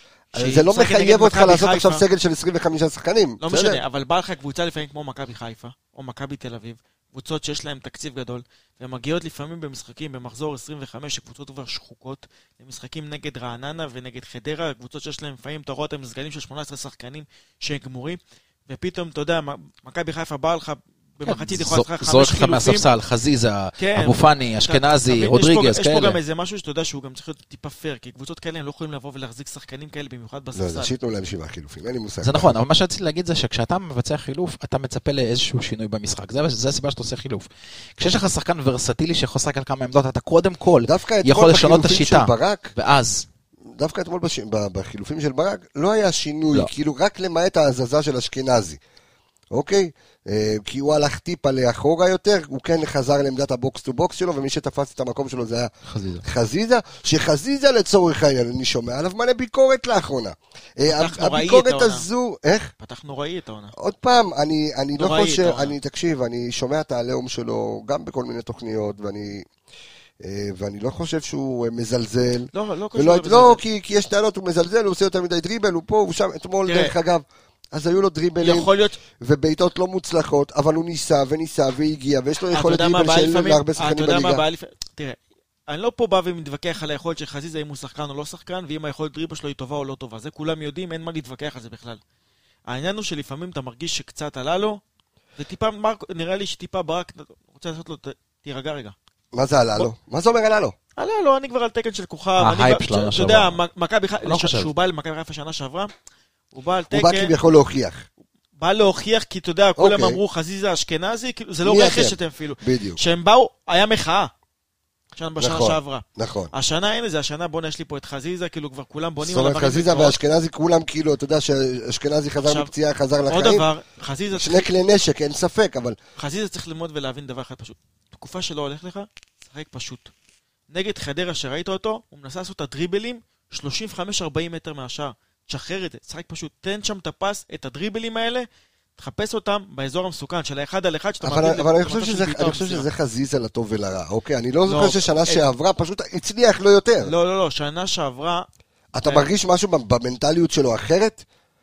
זה לא מחייב אותך לעשות עכשיו סגל של עשרים וחמישה שחקנים. לא משנה, אבל בא לך קבוצה לפעמים כמו מכבי חיפה, או מכבי תל אביב, קבוצות שיש להן תקציב גדול, והן מגיעות לפעמים במשחקים, במחזור עשרים וחמש, שקבוצות כבר שחוקות, למשחקים נגד רעננה ונגד חדרה, קבוצות שיש להן לפעמים, אתה רואה אותם סגלים של שמונה עשרה שחקנים שהם גמורים, ופתאום, אתה יודע, מכבי חיפה בא לך במחצית יכולה לשחק חמש חילופים. זורק מהספסל, חזיזה, אבו פני, אשכנזי, רודריגז, כאלה. יש פה גם איזה משהו שאתה יודע שהוא גם צריך להיות טיפה פייר, כי קבוצות כאלה הם לא יכולים לבוא ולהחזיק שחקנים כאלה במיוחד בספסל. לא, זה שיתנו להם שבעה חילופים, אין לי מושג. זה נכון, אבל מה שרציתי להגיד זה שכשאתה מבצע חילוף, אתה מצפה לאיזשהו שינוי במשחק. זה הסיבה שאתה עושה חילוף. כשיש לך שחקן ורסטילי שיכול לשחק על כמה עמדות, אתה קודם כל יכול לשנות את השיטה. ואז דווקא אתמול בחילופים של ברק לא היה שינוי, כאילו רק למעט ההזזה של אשכנזי. אוקיי? כי הוא הלך טיפה לאחורה יותר, הוא כן חזר לעמדת הבוקס טו בוקס שלו, ומי שתפס את המקום שלו זה היה חזיזה. חזיזה, שחזיזה לצורך העניין, אני שומע עליו מלא ביקורת לאחרונה. פתח נוראי את הביקורת העונה. הזו, איך? פתח נוראי את העונה. עוד פעם, אני, אני לא נוראי את חושב, העונה. אני, תקשיב, אני שומע את העליהום שלו גם בכל מיני תוכניות, ואני... ואני לא חושב שהוא מזלזל. לא, לא קשור ולא, לבזלזל. לא, כי, כי יש טענות, הוא מזלזל, הוא עושה יותר מדי דריבל, הוא פה, הוא שם, אתמול תראה. דרך אגב. אז היו לו דריבלים, יכול להיות... ובעיטות לא מוצלחות, אבל הוא ניסה וניסה והגיע, ויש לו אתה יכולת יודע מה דריבל הבעיה שאין לפעמים? להרבה אתה שחקנים יודע מה בליגה. הבעיה לפעמים? תראה, אני לא פה בא ומתווכח על היכולת של חזיזה אם הוא שחקן או לא שחקן, ואם היכולת דריבל שלו היא טובה או לא טובה. זה כולם יודעים, אין מה להתווכח על זה בכלל. העניין הוא שלפעמים אתה מרגיש שקצת עלה לו, זה טיפה, מרק, נראה לי שטיפה ברק, רוצה לעשות לו, ת, תירגע רגע. מה זה עלה לו? מה זה אומר עלה לו? עלה לו, אני כבר על תקן של כוכב. ההייפ אני שלו כבר- עונה אתה יודע, שעברה. מכבי חיפה, לא חושב. שהוא בא למכבי חיפה שנה שעברה, הוא בא על הוא בא תקן, כביכול להוכיח. בא להוכיח, כי אתה יודע, כולם אוקיי. אמרו חזיזה אשכנזי, כאילו, זה לא מי רכש אתם? שאתם אפילו. בדיוק. שהם באו, היה מחאה. שנה בשנה נכון. שעברה. נכון. השנה אין לזה, השנה בוא יש לי פה את חזיזה, כאילו כבר כולם בונים זאת אומרת, עליו חזיזה מקצועות. ואשכנזי כולם כאילו, אתה יודע שאשכנזי חזר עכשיו, מפציעה, חזר עוד לחיים. דבר, חזיזה שני כלי נשק, אין ספק, אבל... חזיזה צריך ללמוד ולהבין דבר אחד פשוט. תקופה שלא הולך לך, שחק פשוט. נגד חדרה שראית אותו, הוא מנסה לעשות את הדריבלים שלושים וחמש ארבעים מטר מהשאר. תשחרר את זה, שחק פשוט. תן שם את הפס, את הדריבלים האלה, תחפש אותם באזור המסוכן של האחד על אחד שאתה אבל, מעביר אבל אני למצב חושב של שזה, בעיטה אני או חושב מסירה. שזה חזיזה לטוב ולרע, אוקיי? אני לא לא, זוכר ששנה את- שעברה פשוט הצליח לו יותר. לא, לא, לא, שנה שעברה... אתה אה. מרגיש משהו במנטליות שלו אחרת?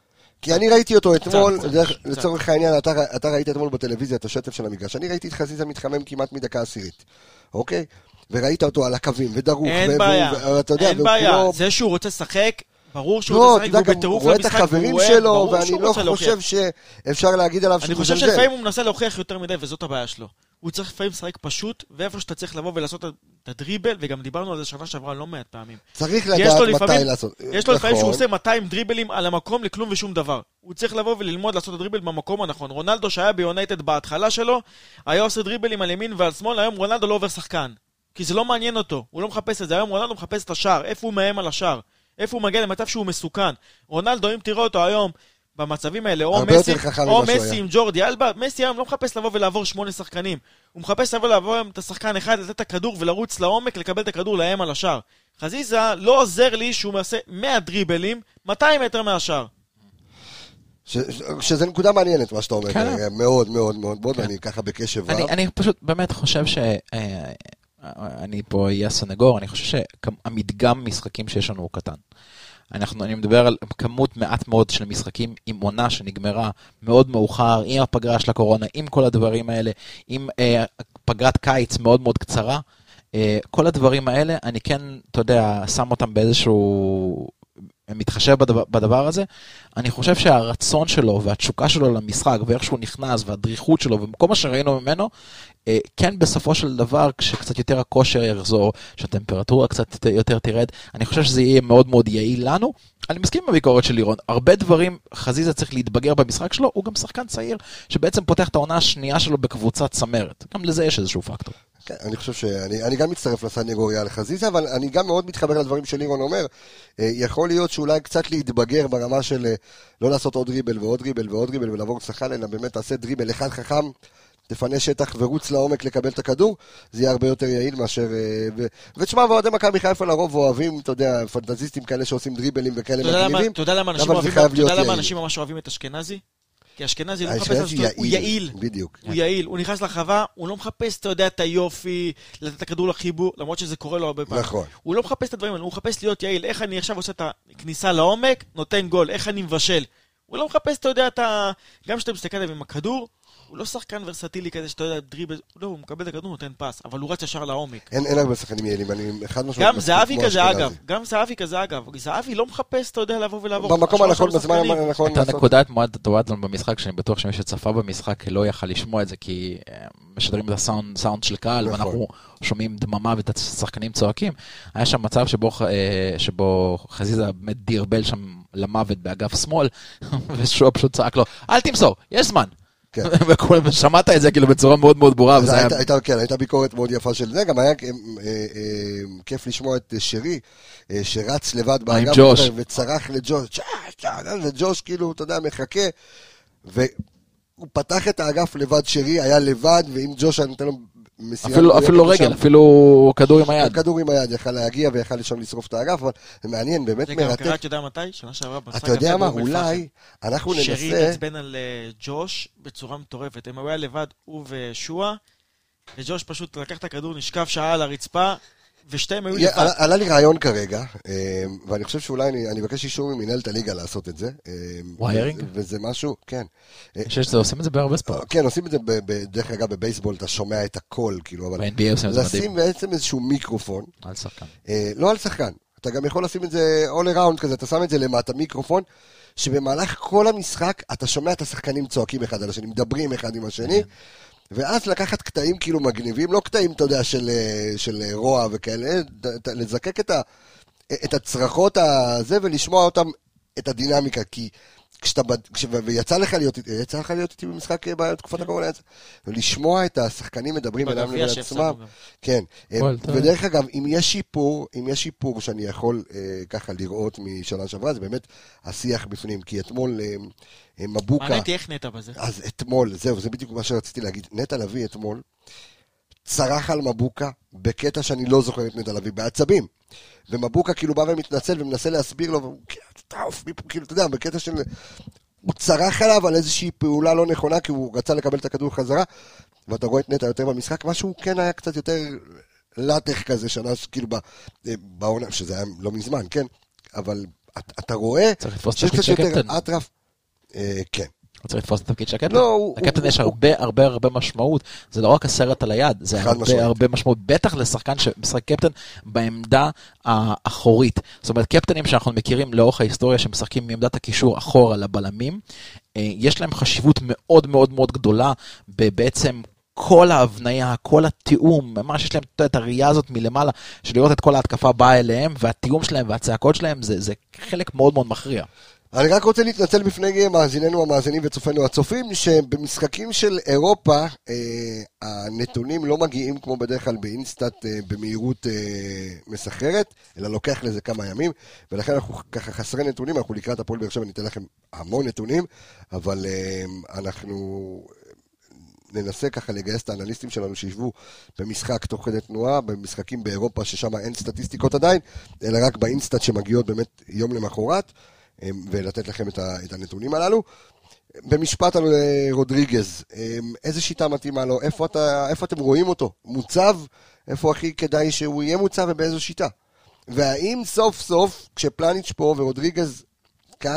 כי אני ראיתי אותו אתמול, קצת, דרך- קצת. לצורך העניין, אתה, אתה ראית אתמול בטלוויזיה את השטף של המגרש, אני ראיתי את חזיזה מתחמם כמעט מדקה עשירית, אוקיי? וראית אותו על הקווים, ודרוך, אין ו- בעיה, ו- ואתה יודע, אין והוא בעיה. כולו- זה שהוא רוצה לשחק, ברור שהוא לא, רוצה אתה לשחק, יודע, והוא גם בטירוף רואה את למשחק, החברים והוא אוהב, שלו, ברור ואני שהוא לא רוצה להוכיח. חושב שאפשר להגיד עליו אני שהוא חושב מזלזל. שלפעמים הוא מנסה להוכיח יותר מדי, וזאת הבעיה שלו. הוא צריך לפעמים לשחק פשוט, ואיפה שאתה צריך לבוא ולעשות את הדריבל, וגם דיברנו על זה שנה שעברה לא מעט פעמים. צריך יש לו לדעת לפעמים- מתי לעשות. יש לו לפעמים שהוא נכון. עושה מאתיים דריבלים על המקום לכלום ושום דבר. הוא צריך לבוא וללמוד לעשות את הדריבל במקום הנכון. רונלדו שהיה ביונייטד בהתחלה שלו, היה עושה דריבלים על ימין ועל שמאל, היום רונלדו לא עובר שחקן. כי זה לא מעניין אותו, הוא לא מחפש את זה. היום רונלדו מחפש את השער, איפה הוא מאיים על השער, איפה הוא מגיע למצב שהוא מסוכן. רונלדו, אם תראה אותו היום במצבים האלה, או הרבה מסי, יותר חכם או ממה שהוא מסי היה. עם ג'ורדי אלבה, מסי היום לא מחפש לבוא ולעבור שמונה שחקנים. הוא מחפש לבוא לעבור עם את השחקן אחד, לתת את הכדור ולרוץ לעומק, לקבל את הכדור לאיים על השער. חזיזה לא עוזר לי שהוא מעשה מאה דריבלים, מאתיים מטר מהשער. ש- ש- שזה נקודה מעניינת מה שאתה אומר, כן. מאוד מאוד מאוד מאוד, אני ככה בקשב אני, רב. אני פשוט באמת חושב ש... אה, אני פה אהיה סנגור, אני חושב שהמדגם משחקים שיש לנו הוא קטן. אנחנו, אני מדבר על כמות מעט מאוד של משחקים עם עונה שנגמרה מאוד מאוחר, עם הפגרה של הקורונה, עם כל הדברים האלה, עם אה, פגרת קיץ מאוד מאוד קצרה. אה, כל הדברים האלה, אני כן, אתה יודע, שם אותם באיזשהו... מתחשב בדבר, בדבר הזה. אני חושב שהרצון שלו והתשוקה שלו למשחק ואיך שהוא נכנס והדריכות שלו וכל מה שראינו ממנו, אה, כן בסופו של דבר כשקצת יותר הכושר יחזור, שהטמפרטורה קצת יותר תרד, אני חושב שזה יהיה מאוד מאוד יעיל לנו. אני מסכים עם הביקורת של לירון, הרבה דברים חזיזה צריך להתבגר במשחק שלו, הוא גם שחקן צעיר שבעצם פותח את העונה השנייה שלו בקבוצת צמרת. גם לזה יש איזשהו פקטור. כן, אני חושב שאני אני גם מצטרף לסנגוריה על חזיזה, אבל אני גם מאוד מתחבר לדברים שלירון אומר. אה, יכול להיות שאולי קצת להתבגר ברמה של אה, לא לעשות עוד דריבל ועוד דריבל ועוד דריבל ולעבור שחקן, אלא באמת תעשה דריבל אחד חכם, תפנה שטח ורוץ לעומק לקבל את הכדור, זה יהיה הרבה יותר יעיל מאשר... אה, ו... ותשמע, ואוהדי מכבי חיפה לרוב אוהבים, אתה יודע, פנטזיסטים כאלה שעושים דריבלים וכאלה אתה יודע למה- מגניבים, אתה יודע למה אנשים אבל זה אוהבים- חייב אתה יודע להיות למה יעיל. אנשים ממש אוהבים את אשכנזי? כי אשכנזי לא מחפש האשכנזי לעשות, הוא יעיל. בדיוק. הוא יעיל, הוא נכנס לחווה, הוא לא מחפש, אתה יודע, את היופי, לתת את הכדור לחיבור, למרות שזה קורה לו הרבה פעמים. נכון. הוא לא מחפש את הדברים האלה, הוא מחפש להיות יעיל. איך אני עכשיו עושה את הכניסה לעומק, נותן גול, איך אני מבשל. הוא לא מחפש, אתה יודע, את ה... גם כשאתה מסתכל עליו עם הכדור, הוא לא שחקן ורסטילי כזה שאתה יודע, דריבל, לא, הוא מקבל את הכדור, נותן פס, אבל הוא רץ ישר לעומק. אין, אין הרבה שחקנים יעילים, אני אחד משמעות... גם מספיק זהבי כמו כזה, אשכנזי. אגב, גם זהבי כזה, אגב. זהבי לא מחפש, אתה יודע, לבוא ולעבור. במקום עכשיו הנכון, עכשיו בזמן שחקנים. הנכון. הייתה לעשות- נקודה את מועד תועדלון במשחק, שאני בטוח שמי שצפה במשחק לא יכל לשמוע את זה, כי אה, משדרים את הסאונד סאונד של קהל, נכון. ואנחנו שומעים דממה ואת השחקנים צועקים. היה שם מצב שבו, אה, שבו חזיזה באמת דרבל שם למוות באגף שמאל, ושוע פשוט צעק לו, אל תמסור, יש זמן. כן. וכולם, שמעת את זה כאילו בצורה מאוד מאוד ברורה. אז וזה היה... הייתה, הייתה, כן, הייתה ביקורת מאוד יפה של זה, גם היה אה, אה, כיף לשמוע את שרי, אה, שרץ לבד עם באגף, ג'וש. וצרח לג'וש, "צ'ה, צ'ה", וג'וש כאילו, אתה יודע, מחכה, הוא פתח את האגף לבד שרי, היה לבד, ועם ג'ושה נתן לו מסירה. אפילו, אפילו לא רגל, אפילו כדור עם היד. כדור עם היד, יכל להגיע ויכל לשם לשרוף את האגף, אבל זה מעניין, באמת מרתק. זה גם קרה, אתה יודע מתי? שנה שעברה במשחק. אתה יודע מה, אולי אנחנו ננסה... שרי תצבן על ג'וש בצורה מטורפת. הם היו לבד, הוא ושועה, וג'וש פשוט לקח את הכדור, נשכב שעה על הרצפה, ושתיהם היו לבד. עלה לי רעיון כרגע, ואני חושב שאולי אני אבקש אישור ממנהלת הליגה לעשות את זה. וויירינג? וזה משהו, כן. אני חושב שזה עושים את זה בהרבה ספורט. כן, עושים את זה, דרך אגב, בבייסבול, אתה שומע את הכל, כאילו, אבל... ב-אן בי איי עושים את זה מדהים. לשים בעצם איזשהו מיקרופון. על שחקן. לא על שחקן. אתה גם יכול לשים את זה all around כזה, אתה שם את זה למטה, מיקרופון, שבמהלך כל המשחק, אתה שומע את השחקנים צועקים אחד על השני, מדברים אחד עם השני, ואז לקחת קטעים כאילו מגניבים, לא קטעים, אתה יודע, של, של רוע וכאלה, לזקק את, ה, את הצרחות הזה ולשמוע אותם, את הדינמיקה, כי כשאתה, כש, ויצא לך להיות, יצא לך להיות איתי במשחק בתקופת הקורונה, ולשמוע את השחקנים מדברים בינם לבין עצמם, כן, ודרך אגב, אם יש שיפור, אם יש שיפור שאני יכול ככה לראות משנה שעברה, זה באמת השיח בפנים, כי אתמול מבוקה... מעניתי איך נטע בזה. אז אתמול, זהו, זה בדיוק מה שרציתי להגיד, נטע לביא אתמול, צרח על מבוקה, בקטע שאני לא זוכר את נטע לביא, בעצבים, ומבוקה כאילו בא ומתנצל ומנסה להסביר לו, כאילו, אתה יודע, בקטע של... הוא צרח עליו על איזושהי פעולה לא נכונה, כי הוא רצה לקבל את הכדור חזרה, ואתה רואה את נטע יותר במשחק, משהו כן היה קצת יותר לטח כזה, שנה כאילו בעונה, שזה היה לא מזמן, כן? אבל אתה רואה שיש קצת יותר אטרף, כן. הוא צריך לתפוס את התפקיד של הקפטן. לקפטן יש הרבה הרבה הרבה משמעות, זה לא רק הסרט על היד, זה הרבה הרבה משמעות, בטח לשחקן שמשחק קפטן בעמדה האחורית. זאת אומרת, קפטנים שאנחנו מכירים לאורך ההיסטוריה, שמשחקים מעמדת הקישור אחורה לבלמים, יש להם חשיבות מאוד מאוד מאוד גדולה, בעצם כל ההבניה, כל התיאום, ממש יש להם את הראייה הזאת מלמעלה, של לראות את כל ההתקפה באה אליהם, והתיאום שלהם והצעקות שלהם, זה חלק מאוד מאוד מכריע. אני רק רוצה להתנצל בפני מאזיננו המאזינים וצופינו הצופים, שבמשחקים של אירופה, אה, הנתונים לא מגיעים כמו בדרך כלל באינסטאט אה, במהירות אה, מסחררת, אלא לוקח לזה כמה ימים, ולכן אנחנו ככה חסרי נתונים, אנחנו לקראת הפועל באר שבע, ניתן לכם המון נתונים, אבל אה, אנחנו ננסה ככה לגייס את האנליסטים שלנו שישבו במשחק תוך כדי תנועה, במשחקים באירופה ששם אין סטטיסטיקות עדיין, אלא רק באינסטאט שמגיעות באמת יום למחרת, ולתת לכם את הנתונים הללו. במשפט על רודריגז, איזה שיטה מתאימה לו, איפה, אתה, איפה אתם רואים אותו? מוצב, איפה הכי כדאי שהוא יהיה מוצב ובאיזו שיטה? והאם סוף סוף, כשפלניץ' פה ורודריגז כאן,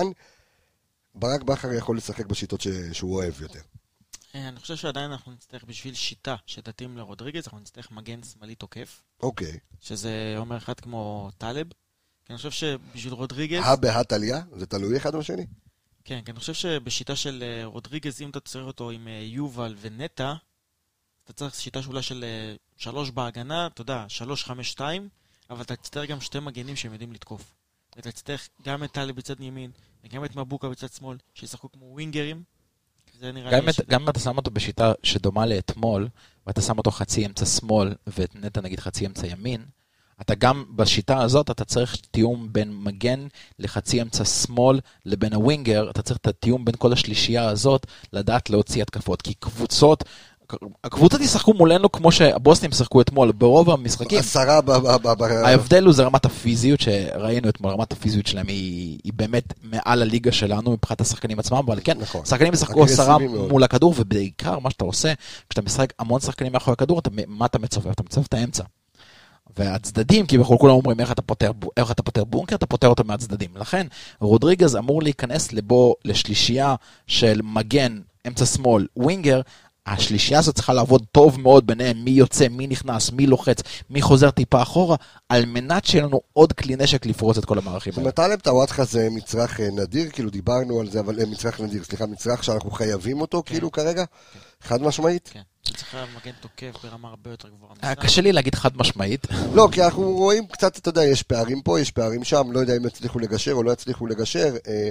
ברק בכר יכול לשחק בשיטות ש... שהוא אוהב יותר? אני חושב שעדיין אנחנו נצטרך בשביל שיטה שתתאים לרודריגז, אנחנו נצטרך מגן שמאלי תוקף. אוקיי. שזה אומר אחד כמו טלב. כי אני חושב שבשביל רודריגז... הבאת עלייה? זה תלוי אחד בשני? כן, כי אני חושב שבשיטה של רודריגז, אם אתה צריך אותו עם יובל ונטע, אתה צריך שיטה שאולי של שלוש בהגנה, אתה יודע, שלוש, חמש, שתיים, אבל אתה תצטרך גם שתי מגנים שהם יודעים לתקוף. אתה תצטרך גם את טלב בצד ימין, וגם את מבוקה בצד שמאל, שישחקו כמו ווינגרים. זה נראה לי... גם אם אתה שם אותו בשיטה שדומה לאתמול, ואתה שם אותו חצי אמצע שמאל, ואת נטע נגיד חצי אמצע ימין, אתה גם בשיטה הזאת, אתה צריך תיאום בין מגן לחצי אמצע שמאל לבין הווינגר, אתה צריך את התיאום בין כל השלישייה הזאת, לדעת להוציא התקפות, כי קבוצות, הקבוצות ישחקו מולנו כמו שהבוסטים שחקו אתמול, ברוב המשחקים. עשרה ב... ההבדל הוא זה רמת הפיזיות, שראינו אתמול, רמת הפיזיות שלהם היא, היא באמת מעל הליגה שלנו, מבחינת השחקנים עצמם, אבל כן, נכון. שחקנים ישחקו עשרה מול הכדור, ובעיקר מה שאתה עושה, כשאתה משחק המון שחקנים מאחורי הכדור, אתה, מה אתה מצופף? אתה מצופף את האמצע. והצדדים, כי בכל כולם אומרים איך אתה פותר, איך אתה פותר בונקר, אתה פותר אותו מהצדדים. לכן, רודריגז אמור להיכנס לבו לשלישייה של מגן, אמצע שמאל, ווינגר, השלישייה הזאת צריכה לעבוד טוב מאוד ביניהם, מי יוצא, מי נכנס, מי לוחץ, מי חוזר טיפה אחורה, על מנת שיהיה לנו עוד כלי נשק לפרוץ את כל המערכים האלה. מטלב טוואטחה זה מצרך נדיר, כאילו דיברנו על זה, אבל מצרך נדיר, סליחה, מצרך שאנחנו חייבים אותו, כאילו כרגע, חד משמעית? כן. צריכה מגן תוקף ברמה הרבה יותר גבוהה. קשה לי להגיד חד משמעית. לא, כי אנחנו רואים קצת, אתה יודע, יש פערים פה, יש פערים שם, לא יודע אם יצליחו לגשר או לא יצליחו לגשר.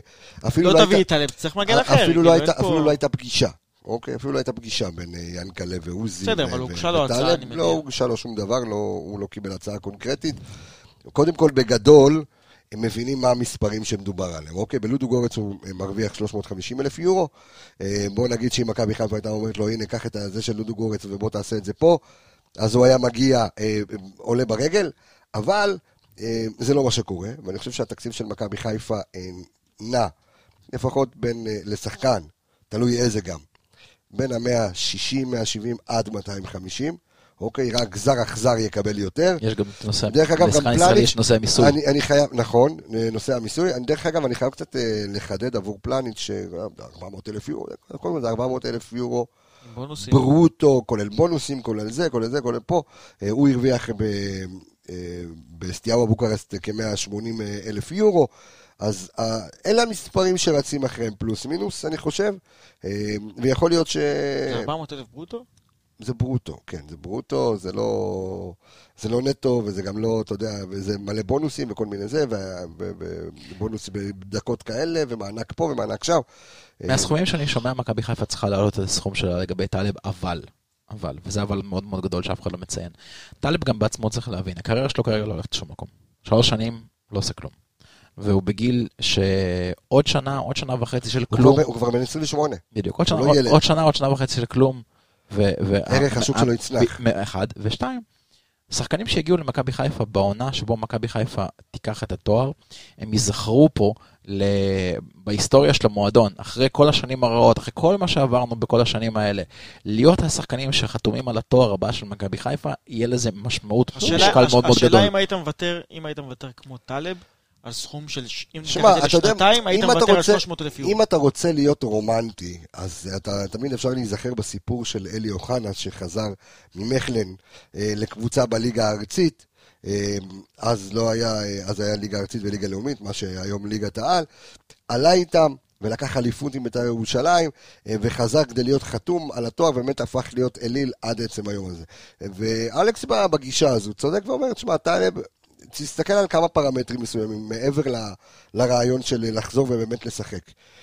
לא תביא את הלב, צריך מגן אחר. אפילו לא הייתה פגישה. אוקיי, אפילו לא הייתה פגישה בין ינקלה ועוזי. בסדר, אבל הוא הוגשה לו הצעה, אני מגיע. לא הוגשה לו שום דבר, הוא לא קיבל הצעה קונקרטית. קודם כל, בגדול, הם מבינים מה המספרים שמדובר עליהם. אוקיי, בלודו גורץ הוא מרוויח שלוש מאות וחמישים אלף יורו, בוא נגיד שאם מכבי חיפה הייתה אומרת לו, הנה, קח את זה של לודו גורץ ובוא תעשה את זה פה, אז הוא היה מגיע, עולה ברגל, אבל זה לא מה שקורה, ואני חושב שהתקציב של מכבי חיפה נע, לפחות בין לשחקן, תלוי איזה גם, בין ה-מאה שישים, מאה שבעים עד מאתיים וחמישים, אוקיי, רק זר אכזר יקבל יותר. יש גם נושא, דרך אגב, גם פלניץ' יש נושא המיסוי. אני, אני חייב, נכון, נושא המיסוי. דרך אגב, אני חייב קצת לחדד עבור פלניץ' ש-ארבע מאות אלף יורו, כל מיני זה ארבע מאות אלף יורו, בונוסים. ברוטו, כולל בונוסים, כולל זה, כולל זה, כולל פה. הוא הרוויח ב, בסטיאבה בוקרסט כ-מאה ושמונים אלף יורו. אז אלה המספרים שרצים אחריהם, פלוס מינוס, אני חושב, ויכול להיות ש... זה ארבע מאות אלף ברוטו? זה ברוטו, כן, זה ברוטו, זה לא, זה לא נטו, וזה גם לא, אתה יודע, וזה מלא בונוסים וכל מיני זה, ובונוסים בדקות כאלה, ומענק פה ומענק שם. מהסכומים שאני שומע, מכבי חיפה צריכה להעלות את הסכום שלה לגבי טלב, אבל, אבל, וזה אבל מאוד מאוד גדול שאף אחד לא מציין. טלב גם בעצמו צריך להבין, הקריירה שלו כרגע לא הולכת לשום מקום. שלוש שנים, לא עושה כלום. והוא בגיל שעוד שנה, עוד שנה וחצי של כלום. הוא כבר בן עשרים ושמונה. בדיוק, עוד שנה, עוד שנה, עוד שנה וחצי של כלום. ערך השוק שלו יצנח. אחד ושתיים. שחקנים שהגיעו למכבי חיפה בעונה שבו מכבי חיפה תיקח את התואר, הם יזכרו פה בהיסטוריה של המועדון, אחרי כל השנים הרעות, אחרי כל מה שעברנו בכל השנים האלה, להיות השחקנים שחתומים על התואר הבא של מכבי חיפה, יהיה לזה משמעות משקל מאוד מאוד גדול. השאלה אם היית מוותר, אם היית מוותר כמו טלב, על סכום של, אם נקרא את זה לשנתיים, היית מוותר על שלוש מאות אלף יורו. אם אתה רוצה להיות רומנטי, אז אתה תמיד אפשר להיזכר בסיפור של אלי אוחנה, שחזר ממכלן לקבוצה בליגה הארצית, אז לא היה, אז היה ליגה ארצית וליגה לאומית, מה שהיום ליגת העל, עלה איתם ולקח אליפות עם בית"ר ירושלים, וחזר כדי להיות חתום על התואר, ובאמת הפך להיות אליל עד עצם היום הזה. ואלכס בא בגישה הזו, צודק ואומר, תשמע, טלב, תסתכל על כמה פרמטרים מסוימים, מעבר ל, לרעיון של לחזור ובאמת לשחק.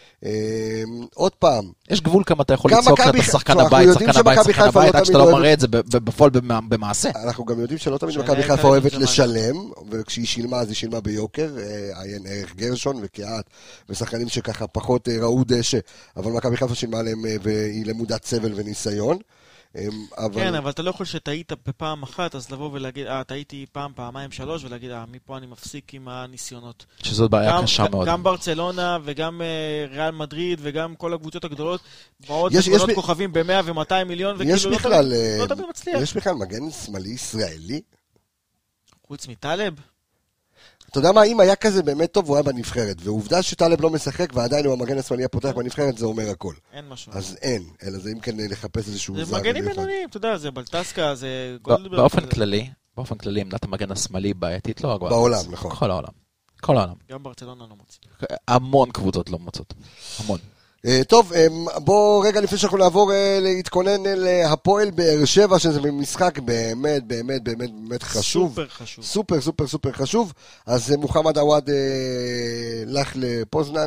עוד פעם. יש גבול כמה אתה יכול לצעוק את השחקן הבית, שחקן הבית, שחקן הבית, עד שאתה לא מראה את זה בפועל במעשה. אנחנו גם יודעים שלא תמיד מכבי חיפה אוהבת לשלם, וכשהיא שילמה אז היא שילמה ביוקר, עיין ערך גרשון וקיאת, ושחקנים שככה פחות ראו דשא, אבל מכבי חיפה שילמה עליהם והיא למודת סבל וניסיון. אבל... כן, אבל אתה לא יכול שטעית בפעם אחת, אז לבוא ולהגיד, אה, טעיתי פעם, פעמיים, שלוש, ולהגיד, אה, מפה אני מפסיק עם הניסיונות. שזאת בעיה גם, קשה מאוד. גם ברצלונה, וגם uh, ריאל מדריד, וגם כל הקבוצות הגדולות, באות בקונות ב... כוכבים ב-מאה ו-מאתיים מיליון, וכאילו לא, בכלל, תמיד, לא תמיד מצליח. יש בכלל מגן שמאלי ישראלי? חוץ מטלב? אתה יודע מה, אם היה כזה באמת טוב, הוא היה בנבחרת, ועובדה שטלב לא משחק, ועדיין הוא המגן השמאלי הפותח בנבחרת, זה אומר הכל. אין משהו. אז אין, אלא זה אם כן לחפש איזשהו זר. זה מגנים בינוניים, אתה יודע, זה בלטסקה, זה... באופן כללי, באופן כללי, עמדת המגן השמאלי בעייתית לא רק בעולם, נכון. כל העולם. כל העולם. גם ברצלונה לא מוצאים. המון קבוצות לא מוצאות. המון. טוב, בוא רגע לפני שאנחנו נעבור להתכונן להפועל באר שבע, שזה משחק באמת, באמת, באמת, באמת חשוב. סופר חשוב. סופר, סופר, סופר חשוב. אז מוחמד עווד הלך לפוזנן,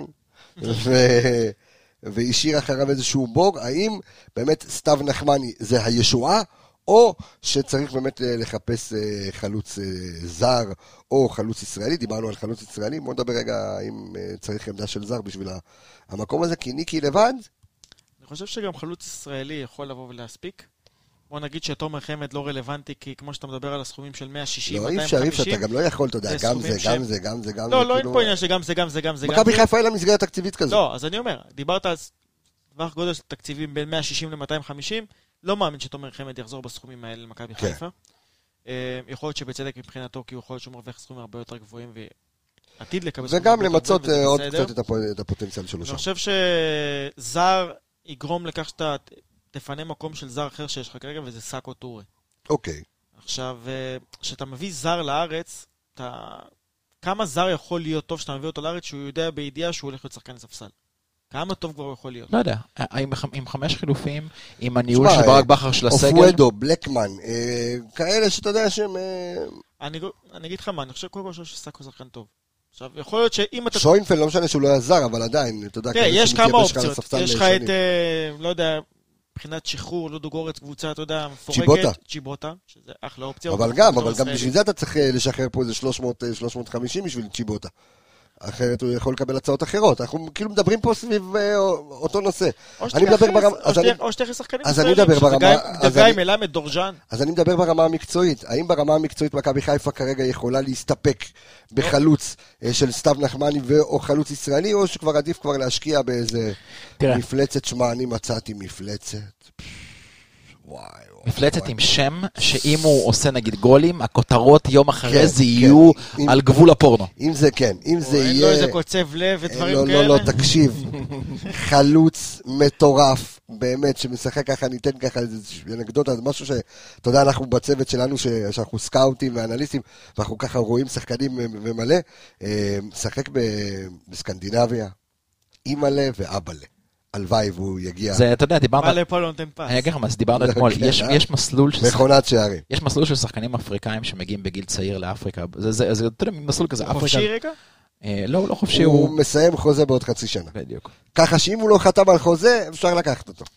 והשאיר אחריו איזשהו בור. האם באמת סתיו נחמני זה הישועה, או שצריך באמת לחפש חלוץ זר, או חלוץ ישראלי? דיברנו על חלוץ ישראלי, בוא נדבר רגע אם צריך עמדה של זר בשביל המקום הזה, כי ניקי לבד? אני חושב שגם חלוץ ישראלי יכול לבוא ולהספיק. בוא נגיד שתומר חמד לא רלוונטי, כי כמו שאתה מדבר על הסכומים של מאה שישים, מאתיים וחמישים. לא, אי אפשר, אתה גם לא יכול, אתה יודע, גם זה, גם זה, גם זה, גם זה. לא, לא, אין פה עניין שגם זה, גם זה, גם זה. מכבי חיפה אין לה מסגרת תקציבית כזו. לא, אז אני אומר, דיברת על טווח גודל של תקציבים בין מאה שישים ל-מאתיים וחמישים, לא מאמין שתומר חמד יחזור בסכומים האלה למכבי חיפה. יכול להיות שבצדק מבחינתו, כי הוא יכול להיות שהוא מרוויח סכומים הרבה יותר גבוהים, ועתיד לקבל סכומים וגם למצות עוד קצת את הפוטנציאל שלו שם. אני חושב שזר יגרום לכך שאתה תפנה מקום של זר אחר שיש לך כרגע, וזה סאקו טורי. אוקיי. עכשיו, כשאתה מביא זר לארץ, כמה זר יכול להיות טוב שאתה מביא אותו לארץ, שהוא יודע בידיעה שהוא הולך להיות שחקן ספסל? כמה טוב כבר הוא יכול להיות? לא יודע, עם חמש חילופים, עם הניהול של ברק בכר של הסגל. אופואדו, בלקמן, כאלה שאתה יודע שהם... אני אגיד לך מה, אני חושב קודם כל שסאקו שחקן טוב. עכשיו, יכול להיות שאם אתה... שוינפל לא משנה שהוא לא היה זר, אבל עדיין, אתה יודע... יש כמה אופציות, יש לך את, לא יודע, מבחינת שחרור, לודו גורץ, קבוצה, אתה יודע, מפורקת. צ'יבוטה. צ'יבוטה, שזה אחלה אופציה. אבל גם, אבל גם בשביל זה אתה צריך לשחרר פה איזה שלוש מאות שלוש מאות וחמישים בשביל צ'יבוטה. אחרת הוא יכול לקבל הצעות אחרות. אנחנו כאילו מדברים פה סביב אותו נושא. או שתהיה שחקנים ישראלים, שזה גיא מלמד, דורז'אן. אז אני מדבר ברמה המקצועית. האם ברמה המקצועית מכבי חיפה כרגע יכולה להסתפק בחלוץ של סתיו נחמני או חלוץ ישראלי, או שכבר עדיף כבר להשקיע באיזה מפלצת? שמה, אני מצאתי מפלצת. וואי. מפלצת עם שם, שאם הוא עושה נגיד גולים, הכותרות יום אחרי זה יהיו על גבול הפורנו. אם זה כן, אם זה יהיה... אין לו איזה קוצב לב ודברים כאלה. לא, לא, לא, תקשיב. חלוץ מטורף, באמת, שמשחק ככה, ניתן ככה איזה אנקדוטה, זה משהו שאתה יודע, אנחנו בצוות שלנו, שאנחנו סקאוטים ואנליסטים, ואנחנו ככה רואים שחקנים ומלא, משחק בסקנדינביה, אימא'לה ואבא'לה. הלוואי והוא יגיע. זה, אתה יודע, דיברנו... מה לפה לא נותן פס. אני אגיד לך מה, דיברנו אתמול, יש מסלול של... מכונת שערים. יש מסלול של שחקנים אפריקאים שמגיעים בגיל צעיר לאפריקה. זה, אתה יודע, מסלול כזה. חופשי רגע? לא, לא חופשי. הוא מסיים חוזה בעוד חצי שנה. בדיוק. ככה שאם הוא לא חתם על חוזה, אפשר לקחת אותו.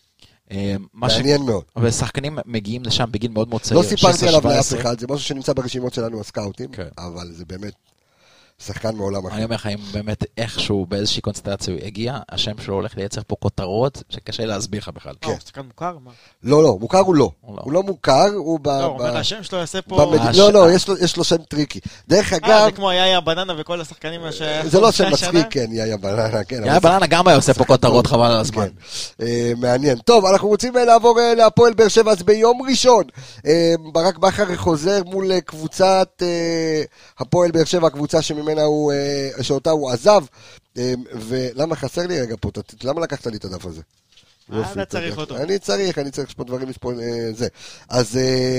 מעניין מאוד. ושחקנים מגיעים לשם בגיל מאוד מאוד צעיר. לא סיפרתי עליו לאף אחד, זה משהו שנמצא ברשימות שלנו, הסקאוטים, אבל זה באמת... שחקן מעולם אחר. אני אומר לך, אם באמת איכשהו באיזושהי קונסטלציה הוא הגיע, השם שלו הולך לייצר פה כותרות שקשה להסביר לך בכלל. לא, הוא שחקן מוכר? לא, לא, מוכר הוא לא. הוא לא מוכר, הוא ב... לא, הוא אומר, השם שלו יעשה פה... לא, לא, יש לו שם טריקי. דרך אגב... אה, זה כמו יאיה בננה וכל השחקנים ש... זה לא שם מצחיק, כן, יאיה בננה, כן. יאיה בננה גם היה עושה פה כותרות חבל על הזמן. מעניין. טוב, אנחנו רוצים לעבור להפועל באר שבע, אז ביום ראשון, ברק בכר חוזר מול קבוצת הפועל באר שבע, הקבוצה שממנה הוא... שאותה הוא עזב, ולמה חסר לי רגע פה, למה לקחת לי את הדף הזה? אתה צריך אותו. אני צריך, אני צריך שפה דברים, יש פה זה. אז,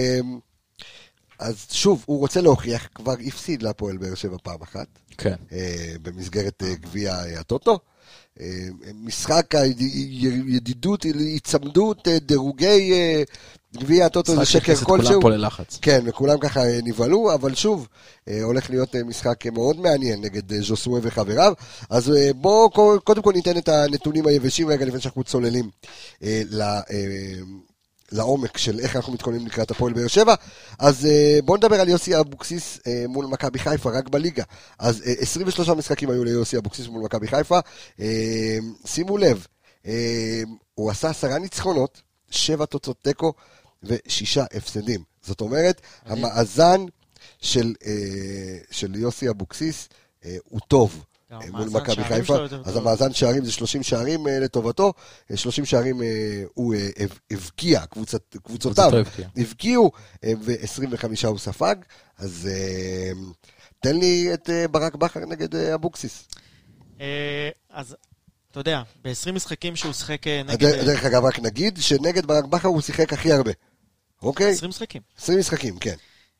אז שוב, הוא רוצה להוכיח, כבר הפסיד להפועל באר שבע פעם אחת, כן. במסגרת גביע הטוטו, משחק הידידות, הצמדות, דירוגי גביע הטוטו זה שקר כלשהו. כולם פה ללחץ. כן, וכולם ככה נבהלו, אבל שוב, הולך להיות משחק מאוד מעניין נגד ז'וסואה וחבריו. אז בואו קודם כל ניתן את הנתונים היבשים רגע לפני שאנחנו צוללים לעומק של איך אנחנו מתכוננים לקראת הפועל באר שבע. אז בואו נדבר על יוסי אבוקסיס מול מכבי חיפה, רק בליגה. אז עשרים ושלושה משחקים היו ליוסי אבוקסיס מול מכבי חיפה. שימו לב, הוא עשה עשרה ניצחונות, שבע תוצאות תיקו ושישה הפסדים. זאת אומרת, המאזן של, של יוסי אבוקסיס הוא טוב מול מכבי חיפה. אז המאזן שערים זה שלושים שערים לטובתו, שלושים שערים הוא הבקיע, קבוצותיו הבקיעו, ו-עשרים וחמישה הוא ספג. אז תן לי את ברק בכר נגד אבוקסיס. אז אתה יודע, ב-עשרים משחקים שהוא שיחק נגד... דרך אגב, רק נגיד שנגד ברק בכר הוא שיחק הכי הרבה. אוקיי? עשרים משחקים. עשרים משחקים, כן.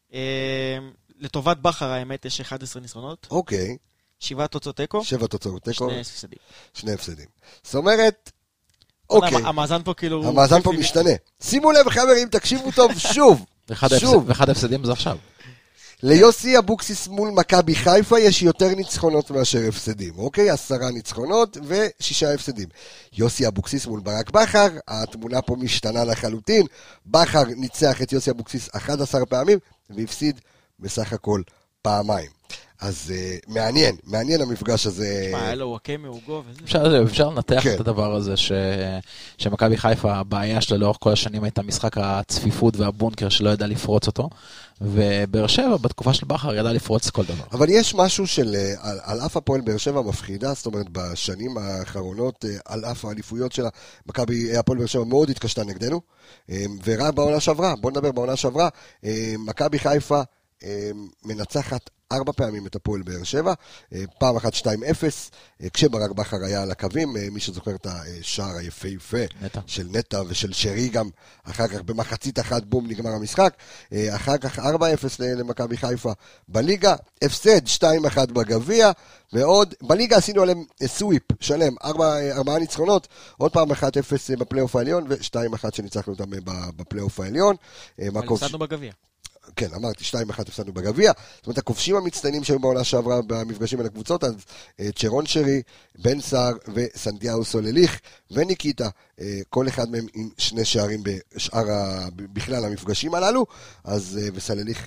לטובת בכר האמת יש אחד עשר ניסיונות. אוקיי. שבעה תוצאות תיקו. שבע תוצאות תיקו. שני הפסדים. שני הפסדים. זאת אומרת, אוקיי. המאזן פה כאילו... המאזן פה משתנה. שימו לב חברים, תקשיבו טוב, שוב. שוב. ואחד הפסדים זה עכשיו. ליוסי אבוקסיס מול מכבי חיפה יש יותר ניצחונות מאשר הפסדים, אוקיי? עשרה ניצחונות ושישה הפסדים. יוסי אבוקסיס מול ברק בכר, התמונה פה משתנה לחלוטין. בכר ניצח את יוסי אבוקסיס אחת עשרה פעמים, והפסיד בסך הכל פעמיים. אז uh, מעניין, מעניין המפגש הזה. מה, היה לו וואקמה, אוגו וזה? אפשר, אפשר לנתח כן. את הדבר הזה, ש... שמכבי חיפה, הבעיה שלה לאורך כל השנים הייתה משחק הצפיפות והבונקר שלא ידע לפרוץ אותו, ובאר שבע בתקופה של בכר ידע לפרוץ כל דבר. אבל יש משהו של, על, על אף הפועל באר שבע מפחידה, זאת אומרת בשנים האחרונות, על אף האליפויות שלה, מכבי, הפועל באר שבע מאוד התקשתה נגדנו, ורק בעונה שעברה, בוא נדבר בעונה שעברה, מכבי חיפה מנצחת ארבע פעמים את הפועל באר שבע, פעם אחת שתיים אפס, כשברק בכר היה על הקווים, מי שזוכר את השער היפהפה של נטה ושל שרי גם, אחר כך במחצית אחת בום נגמר המשחק, אחר כך ארבע אפס למכבי חיפה בליגה, הפסד שתיים אחת בגביע, ועוד, בליגה עשינו עליהם סוויפ שלם, ארבע, ארבעה ניצחונות, עוד פעם אחת אפס בפלייאוף העליון, ו-שתיים אחת שניצחנו אותם בפלייאוף העליון. אבל הפסדנו בגביע. כן, אמרתי, שתיים אחת הפסדנו בגביע. זאת אומרת, הכובשים המצטיינים שהיו בעונה שעברה במפגשים בין הקבוצות, אז צ'רון שרי, בן סער וסנטיאגו סולליך וניקיטה, כל אחד מהם עם שני שערים בשאר, בכלל המפגשים הללו, אז וסולליך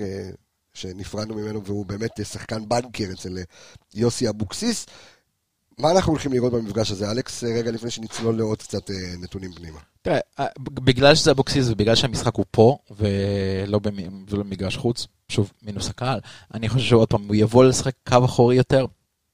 שנפרדנו ממנו, והוא באמת שחקן בנקר אצל יוסי אבוקסיס. מה אנחנו הולכים לראות במפגש הזה, אלכס, רגע לפני שנצלול לעוד קצת נתונים פנימה? תראה, בגלל שזה אבוקסיס ובגלל שהמשחק הוא פה, ולא במגרש חוץ, שוב, מינוס הקהל, אני חושב שעוד פעם, הוא יבוא לשחק קו אחורי יותר,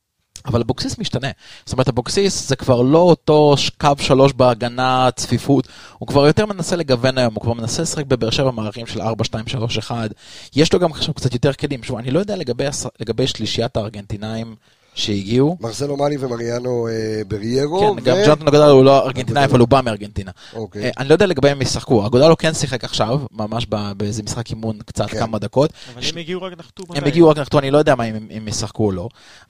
אבל אבוקסיס משתנה. זאת אומרת, אבוקסיס זה כבר לא אותו קו שלוש בהגנה, צפיפות, הוא כבר יותר מנסה לגוון היום, הוא כבר מנסה לשחק בבאר שבע מערכים של ארבע שתיים שלוש אחת, יש לו גם עכשיו קצת יותר כלים, שוב, אני לא יודע לגבי, לגבי שלישיית הארגנטינאים, שהגיעו. מרסלו מאלי ומריאנו אה, בריירו. כן, ו... גם ג'ונטון אגודלו הוא לא ארגנטינאי, אבל הוא בא מארגנטינה. אוקיי. אה, אני לא יודע לגבי הם ישחקו. אגודלו כן שיחק עכשיו, ממש באיזה משחק אימון קצת כן. כמה דקות. אבל הם הגיעו רק נחתו. הם הגיעו רק נחתו, אני לא יודע מה אם הם ישחקו או לא.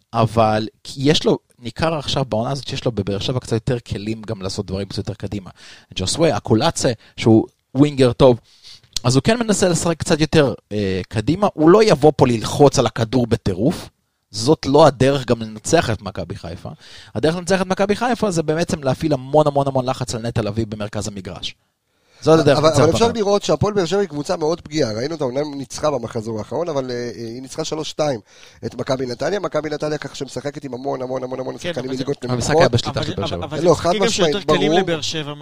אבל יש לו, ניכר עכשיו בעונה הזאת שיש לו בבאר שבע קצת יותר כלים גם לעשות דברים קצת יותר קדימה. ג'וסווה, הקולאצה, שהוא ווינגר טוב, אז הוא כן מנסה לשחק קצת יותר אה, קדימה. הוא לא יבוא פה ללחוץ על הכדור בטירוף. זאת לא הדרך גם לנצח את מכבי חיפה. הדרך לנצח את מכבי חיפה זה בעצם להפעיל המון המון המון לחץ על נטע לביא במרכז המגרש. זאת הדרך. אבל, אבל אפשר לראות שהפועל באר שבע היא קבוצה מאוד פגיעה. ראינו אותה, אומנם ניצחה במחזור האחרון, אבל uh, היא ניצחה שלוש שתיים את מכבי נתניה. מכבי נתניה כך שמשחקת עם המון המון המון המון שחקנים מליגות נמוכות. המשחק היה בשליטה של באר שבע. אבל זה משחקים גם שיותר קלים לבאר שבע,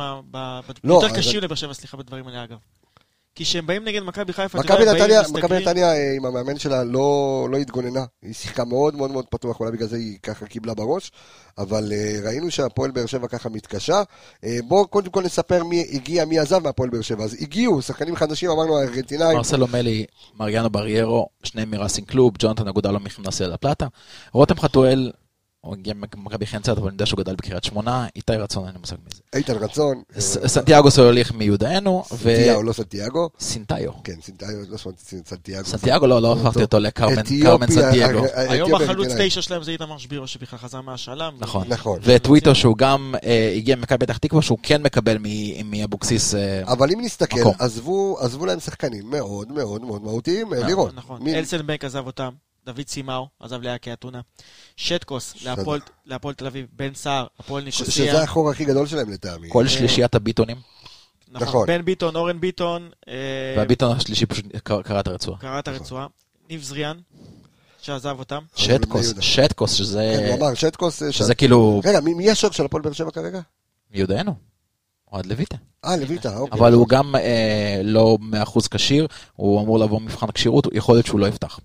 יותר קשים לבאר שבע, סליחה בדברים האלה אגב. כי שהם באים נגד מכבי חיפה, מכבי נתניה, מכבי נתניה עם המאמן שלה לא, לא התגוננה, היא שיחקה מאוד מאוד מאוד פתוח, אולי בגלל זה היא ככה קיבלה בראש, אבל uh, ראינו שהפועל באר שבע ככה מתקשה. Uh, בואו קודם כל נספר מי הגיע, מי עזב מהפועל באר שבע. אז הגיעו שחקנים חדשים, אמרנו הארגנטינאים. מרסלו מלי, מריאנו בריירו, שניהם מרסינג קלוב, ג'ונתן אגודלו מחמאס לה פלטה, רותם חתואל, הוא הגיע מכבי חנצת, אבל אני יודע שהוא גדל בקריית שמונה, איתי רצון, אין לי מושג מזה. איתן רצון. סנטיאגו סולליך מיודענו. סנטיאגו, לא סנטיאגו. סינטיו. כן, סנטיאגו, לא סנטיאגו. סנטיאגו, לא, לא הפכתי אותו לקרמן סנטיאגו. היום החלוץ תשע שלהם זה איתמר שבירו, שבכלל חזר מהשאלה. נכון, וטוויטו שהוא גם הגיע ממכבי פתח תקווה, שהוא כן מקבל מאבוקסיס. אבל אם נסתכל, עזבו להם שחקנים מאוד מאוד מאוד מהותיים, לירון. נכון, אלסנבנק עזב אותם. דוד סימאו, עזב לאקי אתונה, שטקוס, להפועל תל אביב, בן סער, הפועל ניקוסיה. שזה החור הכי גדול שלהם לטעמי. כל שלישיית הביטונים. נכון, בן ביטון, אורן ביטון. והביטון השלישי פשוט קרא את הרצועה. קרא את הרצועה. ניב זריאן, שעזב אותם. שטקוס, שטקוס, שזה... כן, הוא אמר, שטקוס... שזה כאילו... רגע, מי השוק של הפועל באר שבע כרגע? יודענו. אוהד לויטה. אה, לויטה, אוקיי. אבל הוא גם לא מאה אחוז כשיר, הוא אמור לעבור מבחן כשירות, יכול להיות שהוא לא יפתח.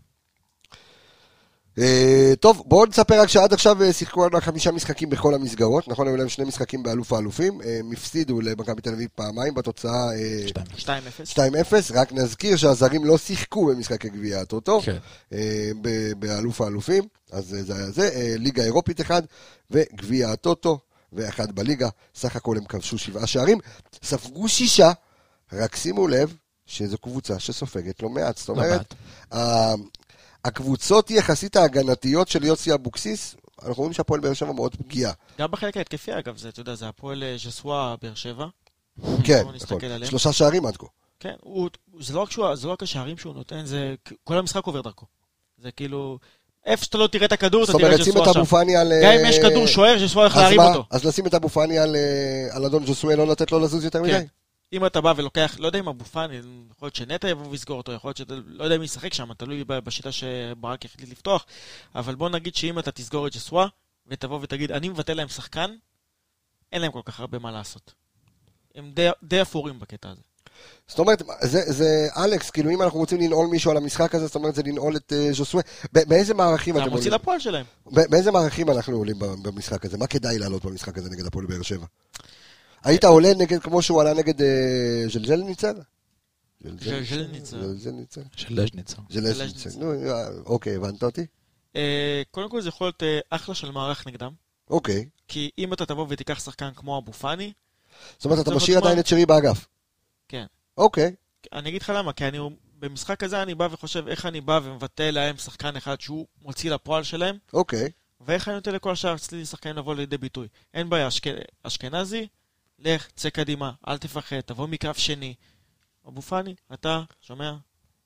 טוב, בואו נספר רק שעד עכשיו שיחקו לנו חמישה משחקים בכל המסגרות, נכון? היו להם שני משחקים באלוף האלופים, הם הפסידו למכבי תל אביב פעמיים בתוצאה שתיים אפס, רק נזכיר שהזרים לא שיחקו במשחק הגביע הטוטו, באלוף האלופים, אז זה היה זה, ליגה אירופית אחד, וגביע הטוטו, ואחד בליגה, סך הכל הם כבשו שבעה שערים, ספגו שישה, רק שימו לב שזו קבוצה שסופגת לא מעט, זאת אומרת, הקבוצות יחסית ההגנתיות של יוסי אבוקסיס, אנחנו רואים שהפועל באר שבע מאוד פגיעה. גם בחלק ההתקפי אגב, זה, אתה יודע, זה הפועל ז'סווה באר שבע. כן, נכון. שלושה שערים עד כה. כן, הוא, זה לא רק שהוא, זה לא רק השערים שהוא נותן, זה, כל המשחק עובר דרכו. זה כאילו, איפה שאתה לא תראה את הכדור, אתה תראה ז'סווה שם. גם אם יש כדור שוער, ז'סווה יכול להרים אותו. אז לשים את אבו פאני על, על אדון ז'סווה, לא לתת לו לזוז יותר מדי? אם אתה בא ולוקח, לא יודע אם אבו פאני, יכול להיות שנטע יבוא ויסגור אותו, יכול להיות שאתה, לא יודע אם ישחק שם, תלוי בשיטה שברק החליט לפתוח, אבל בוא נגיד שאם אתה תסגור את ג'סווה, ותבוא ותגיד, אני מבטל להם שחקן, אין להם כל כך הרבה מה לעשות. הם די, די אפורים בקטע הזה. זאת אומרת, זה, זה אלכס, כאילו אם אנחנו רוצים לנעול מישהו על המשחק הזה, זאת אומרת, זה לנעול את uh, ז'סווה, באיזה מערכים אתם עולים? זה המוציא לפועל שלהם. באיזה מערכים אנחנו עולים במשחק הזה? מה כדאי לעלות במשחק הזה נגד הפועל באר שבע? היית עולה נגד, כמו שהוא עלה נגד ז'לז'ניצר? ז'לז'ניצר. ז'לז'ניצר. ז'לז'ניצר. ז'לז'ניצר. נו, אוקיי, הבנת אותי? קודם כל זה יכול להיות אחלה של מערך נגדם. אוקיי. כי אם אתה תבוא ותיקח שחקן כמו אבו פאני... זאת אומרת, אתה משאיר עדיין את שרי באגף. כן. אוקיי. אני אגיד לך למה, כי במשחק הזה אני בא וחושב איך אני בא ומבטא להם שחקן אחד שהוא מוציא לפועל שלהם. אוקיי. ואיך אני נותן לכל השאר אצלי שחקנים לבוא לידי ביטוי. אין בעיה, אשכנזי, לך, צא קדימה, אל תפחד, תבוא מקרב שני. אבו פאני, אתה שומע?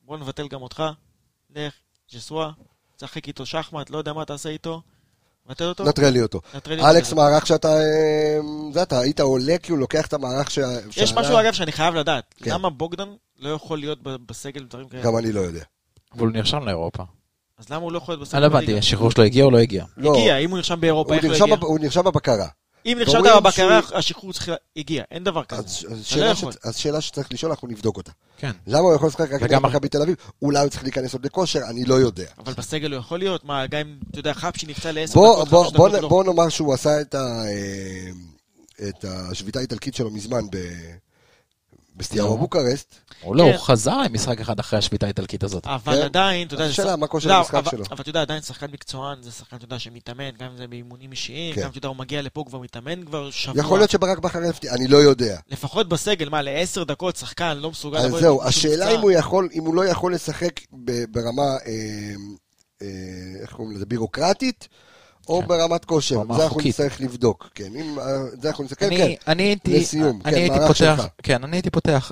בוא נבטל גם אותך, לך, ג'סווה, צחק איתו שחמט, לא יודע מה תעשה איתו, נטרל אותו? נטרל לי אותו. אלכס, מערך שאתה, זה אתה, היית עולה כי הוא לוקח את המערך ש... יש משהו אגב שאני חייב לדעת, למה בוגדן לא יכול להיות בסגל ודברים כאלה? גם אני לא יודע. אבל הוא נרשם לאירופה. אז למה הוא לא יכול להיות בסגל? אני לא הבנתי, השחרור שלו הגיע או לא הגיע? הגיע, אם הוא נרשם באירופה, איך לא הגיע? הוא נרשם בבקרה. אם נרשמת בבקרה, השחרור צריך להגיע, אין דבר כזה. אז שאלה שצריך לשאול, אנחנו נבדוק אותה. כן. למה הוא יכול לשחק רק נגד מכבי תל אביב? אולי הוא צריך להיכנס עוד לכושר, אני לא יודע. אבל בסגל הוא יכול להיות? מה, גם אם, אתה יודע, חפשי נפצע לעשר דקות, חמש דקות לא. בוא נאמר שהוא עשה את השביתה האיטלקית שלו מזמן בסטיארו בבוקרסט. הוא לא, הוא חזר עם משחק אחד אחרי השביתה האיטלקית הזאת. אבל עדיין, אתה יודע, שאלה, מה כושר המשחק שלו? אבל אתה יודע, עדיין שחקן מקצוען, זה שחקן, אתה יודע, שמתאמן, גם אם זה באימונים אישיים, גם אתה יודע, הוא מגיע לפה כבר מתאמן כבר שבוע. יכול להיות שברק בכר הפתיע, אני לא יודע. לפחות בסגל, מה, לעשר דקות שחקן לא מסוגל לבוא... אז זהו, השאלה אם הוא יכול, אם הוא לא יכול לשחק ברמה, איך קוראים לזה, בירוקרטית, או ברמת כושר, זה אנחנו נצטרך לבדוק, כן, אם זה אנחנו נצטרך, כן, לסיום, כן, מערך שלך. כן, אני הייתי פותח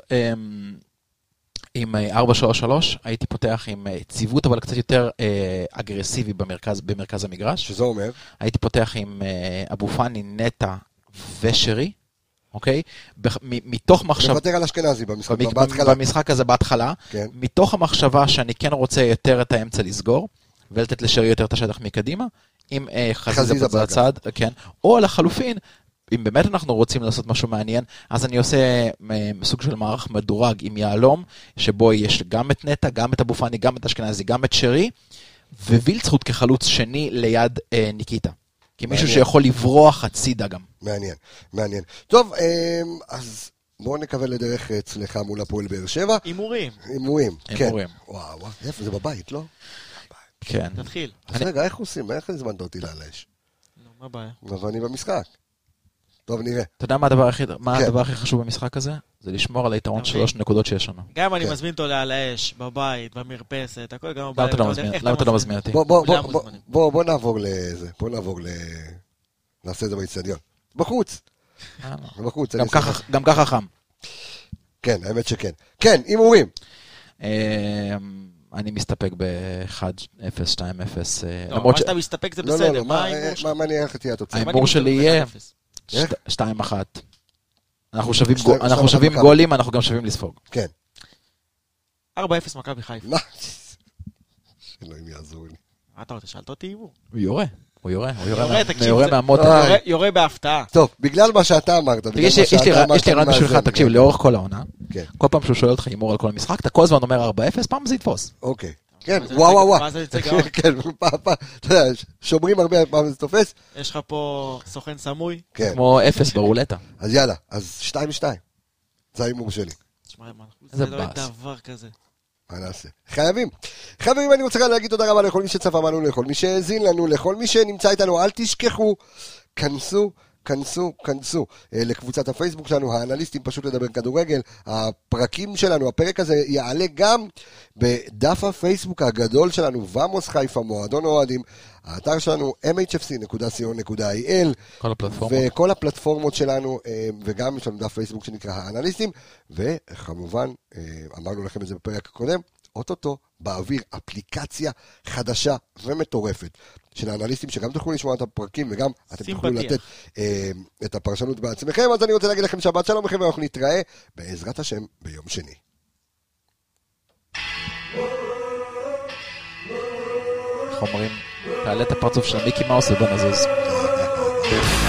עם ארבע שלוש שלוש, הייתי פותח עם ציוות, אבל קצת יותר אגרסיבי במרכז המגרש. שזה אומר? הייתי פותח עם אבו פאני, נטע ושרי, אוקיי? מתוך מחשבה... מוותר על אשכנזי במשחק, במשחק הזה בהתחלה, מתוך המחשבה שאני כן רוצה יותר את האמצע לסגור, ולתת לשרי יותר את השטח מקדימה, עם חזיזה בצד, כן, או לחלופין, אם באמת אנחנו רוצים לעשות משהו מעניין, אז אני עושה סוג של מערך מדורג עם יעלום, שבו יש גם את נטע, גם את אבו פאני, גם את אשכנזי, גם את שרי, ווילצחוט כחלוץ שני ליד אה, ניקיטה. כי מישהו שיכול לברוח הצידה גם. מעניין, מעניין. טוב, אה, אז בואו נקווה לדרך אצלך מול הפועל באר שבע. אימורים. אימורים, כן. אימורים. וואו, וואו, איפה זה בבית, לא? כן. תתחיל. אז רגע, איך עושים? איך הזמנת אותי לעלש? נו, מה הבעיה? אבל אני במשחק. טוב, נראה. אתה יודע מה הדבר הכי, מה הדבר הכי חשוב במשחק הזה? זה לשמור על היתרון שלוש נקודות שיש לנו. גם אני מזמין אותו לעלש, בבית, במרפסת, הכל גם בבית. למה אתה לא מזמין אותי? בוא נעבור לזה, בוא נעבור ל... נעשה את זה באצטדיון. בחוץ. בחוץ. גם ככה חם. כן, האמת שכן. כן, הימורים. אני מסתפק ב-אחד אפס, שתיים אפס. לא, מה שאתה מסתפק זה בסדר. לא, לא, מה אני איך תהיה התוצאה? ההימור שלי יהיה שתיים אחת. אנחנו שווים גולים, אנחנו גם שווים לספוג. כן. ארבע אפס מכבי חיפה. מה? אלוהים יעזור לי. מה אתה רוצה? שאלת אותי הימור. הוא יורה. הוא יורה, הוא יורה מהמוטר. יורה בהפתעה. טוב, בגלל מה שאתה אמרת. יש לי רעיון בשבילך, תקשיב, לאורך כל העונה, כל פעם שהוא שואל אותך הימור על כל המשחק, אתה כל הזמן אומר ארבע אפס, פעם זה יתפוס. אוקיי. כן, וואו וואו וואו. כן, פעם, אתה יודע, שומרים הרבה, פעם זה תופס. יש לך פה סוכן סמוי. כמו אפס ברולטה. אז יאללה, אז שתיים שתיים. זה ההימור שלי. זה לא דבר כזה. מה נעשה? חייבים. חברים, אני רוצה להגיד תודה רבה לכל מי שצפה בנו, לכל מי שהאזין לנו, לכל מי שנמצא איתנו. אל תשכחו, כנסו, כנסו, כנסו לקבוצת הפייסבוק שלנו, האנליסטים פשוט לדבר כדורגל. הפרקים שלנו, הפרק הזה יעלה גם בדף הפייסבוק הגדול שלנו, ומוס חיפה, מועדון אוהדים. האתר שלנו אם אייץ' אף סי נקודה סי או נקודה איי אל, כל הפלטפורמות. וכל הפלטפורמות שלנו, וגם יש לנו דף פייסבוק שנקרא האנליסטים, וכמובן, אמרנו לכם את זה בפרק הקודם, אוטוטו באוויר אפליקציה חדשה ומטורפת של האנליסטים, שגם תוכלו לשמוע את הפרקים, וגם אתם תוכלו לתת את הפרשנות בעצמכם. אז אני רוצה להגיד לכם שבת שלום לכם, ואנחנו נתראה בעזרת השם ביום שני. איך אומרים? תעלה את הפרצוף של מיקי מאוס ובוא נזוז.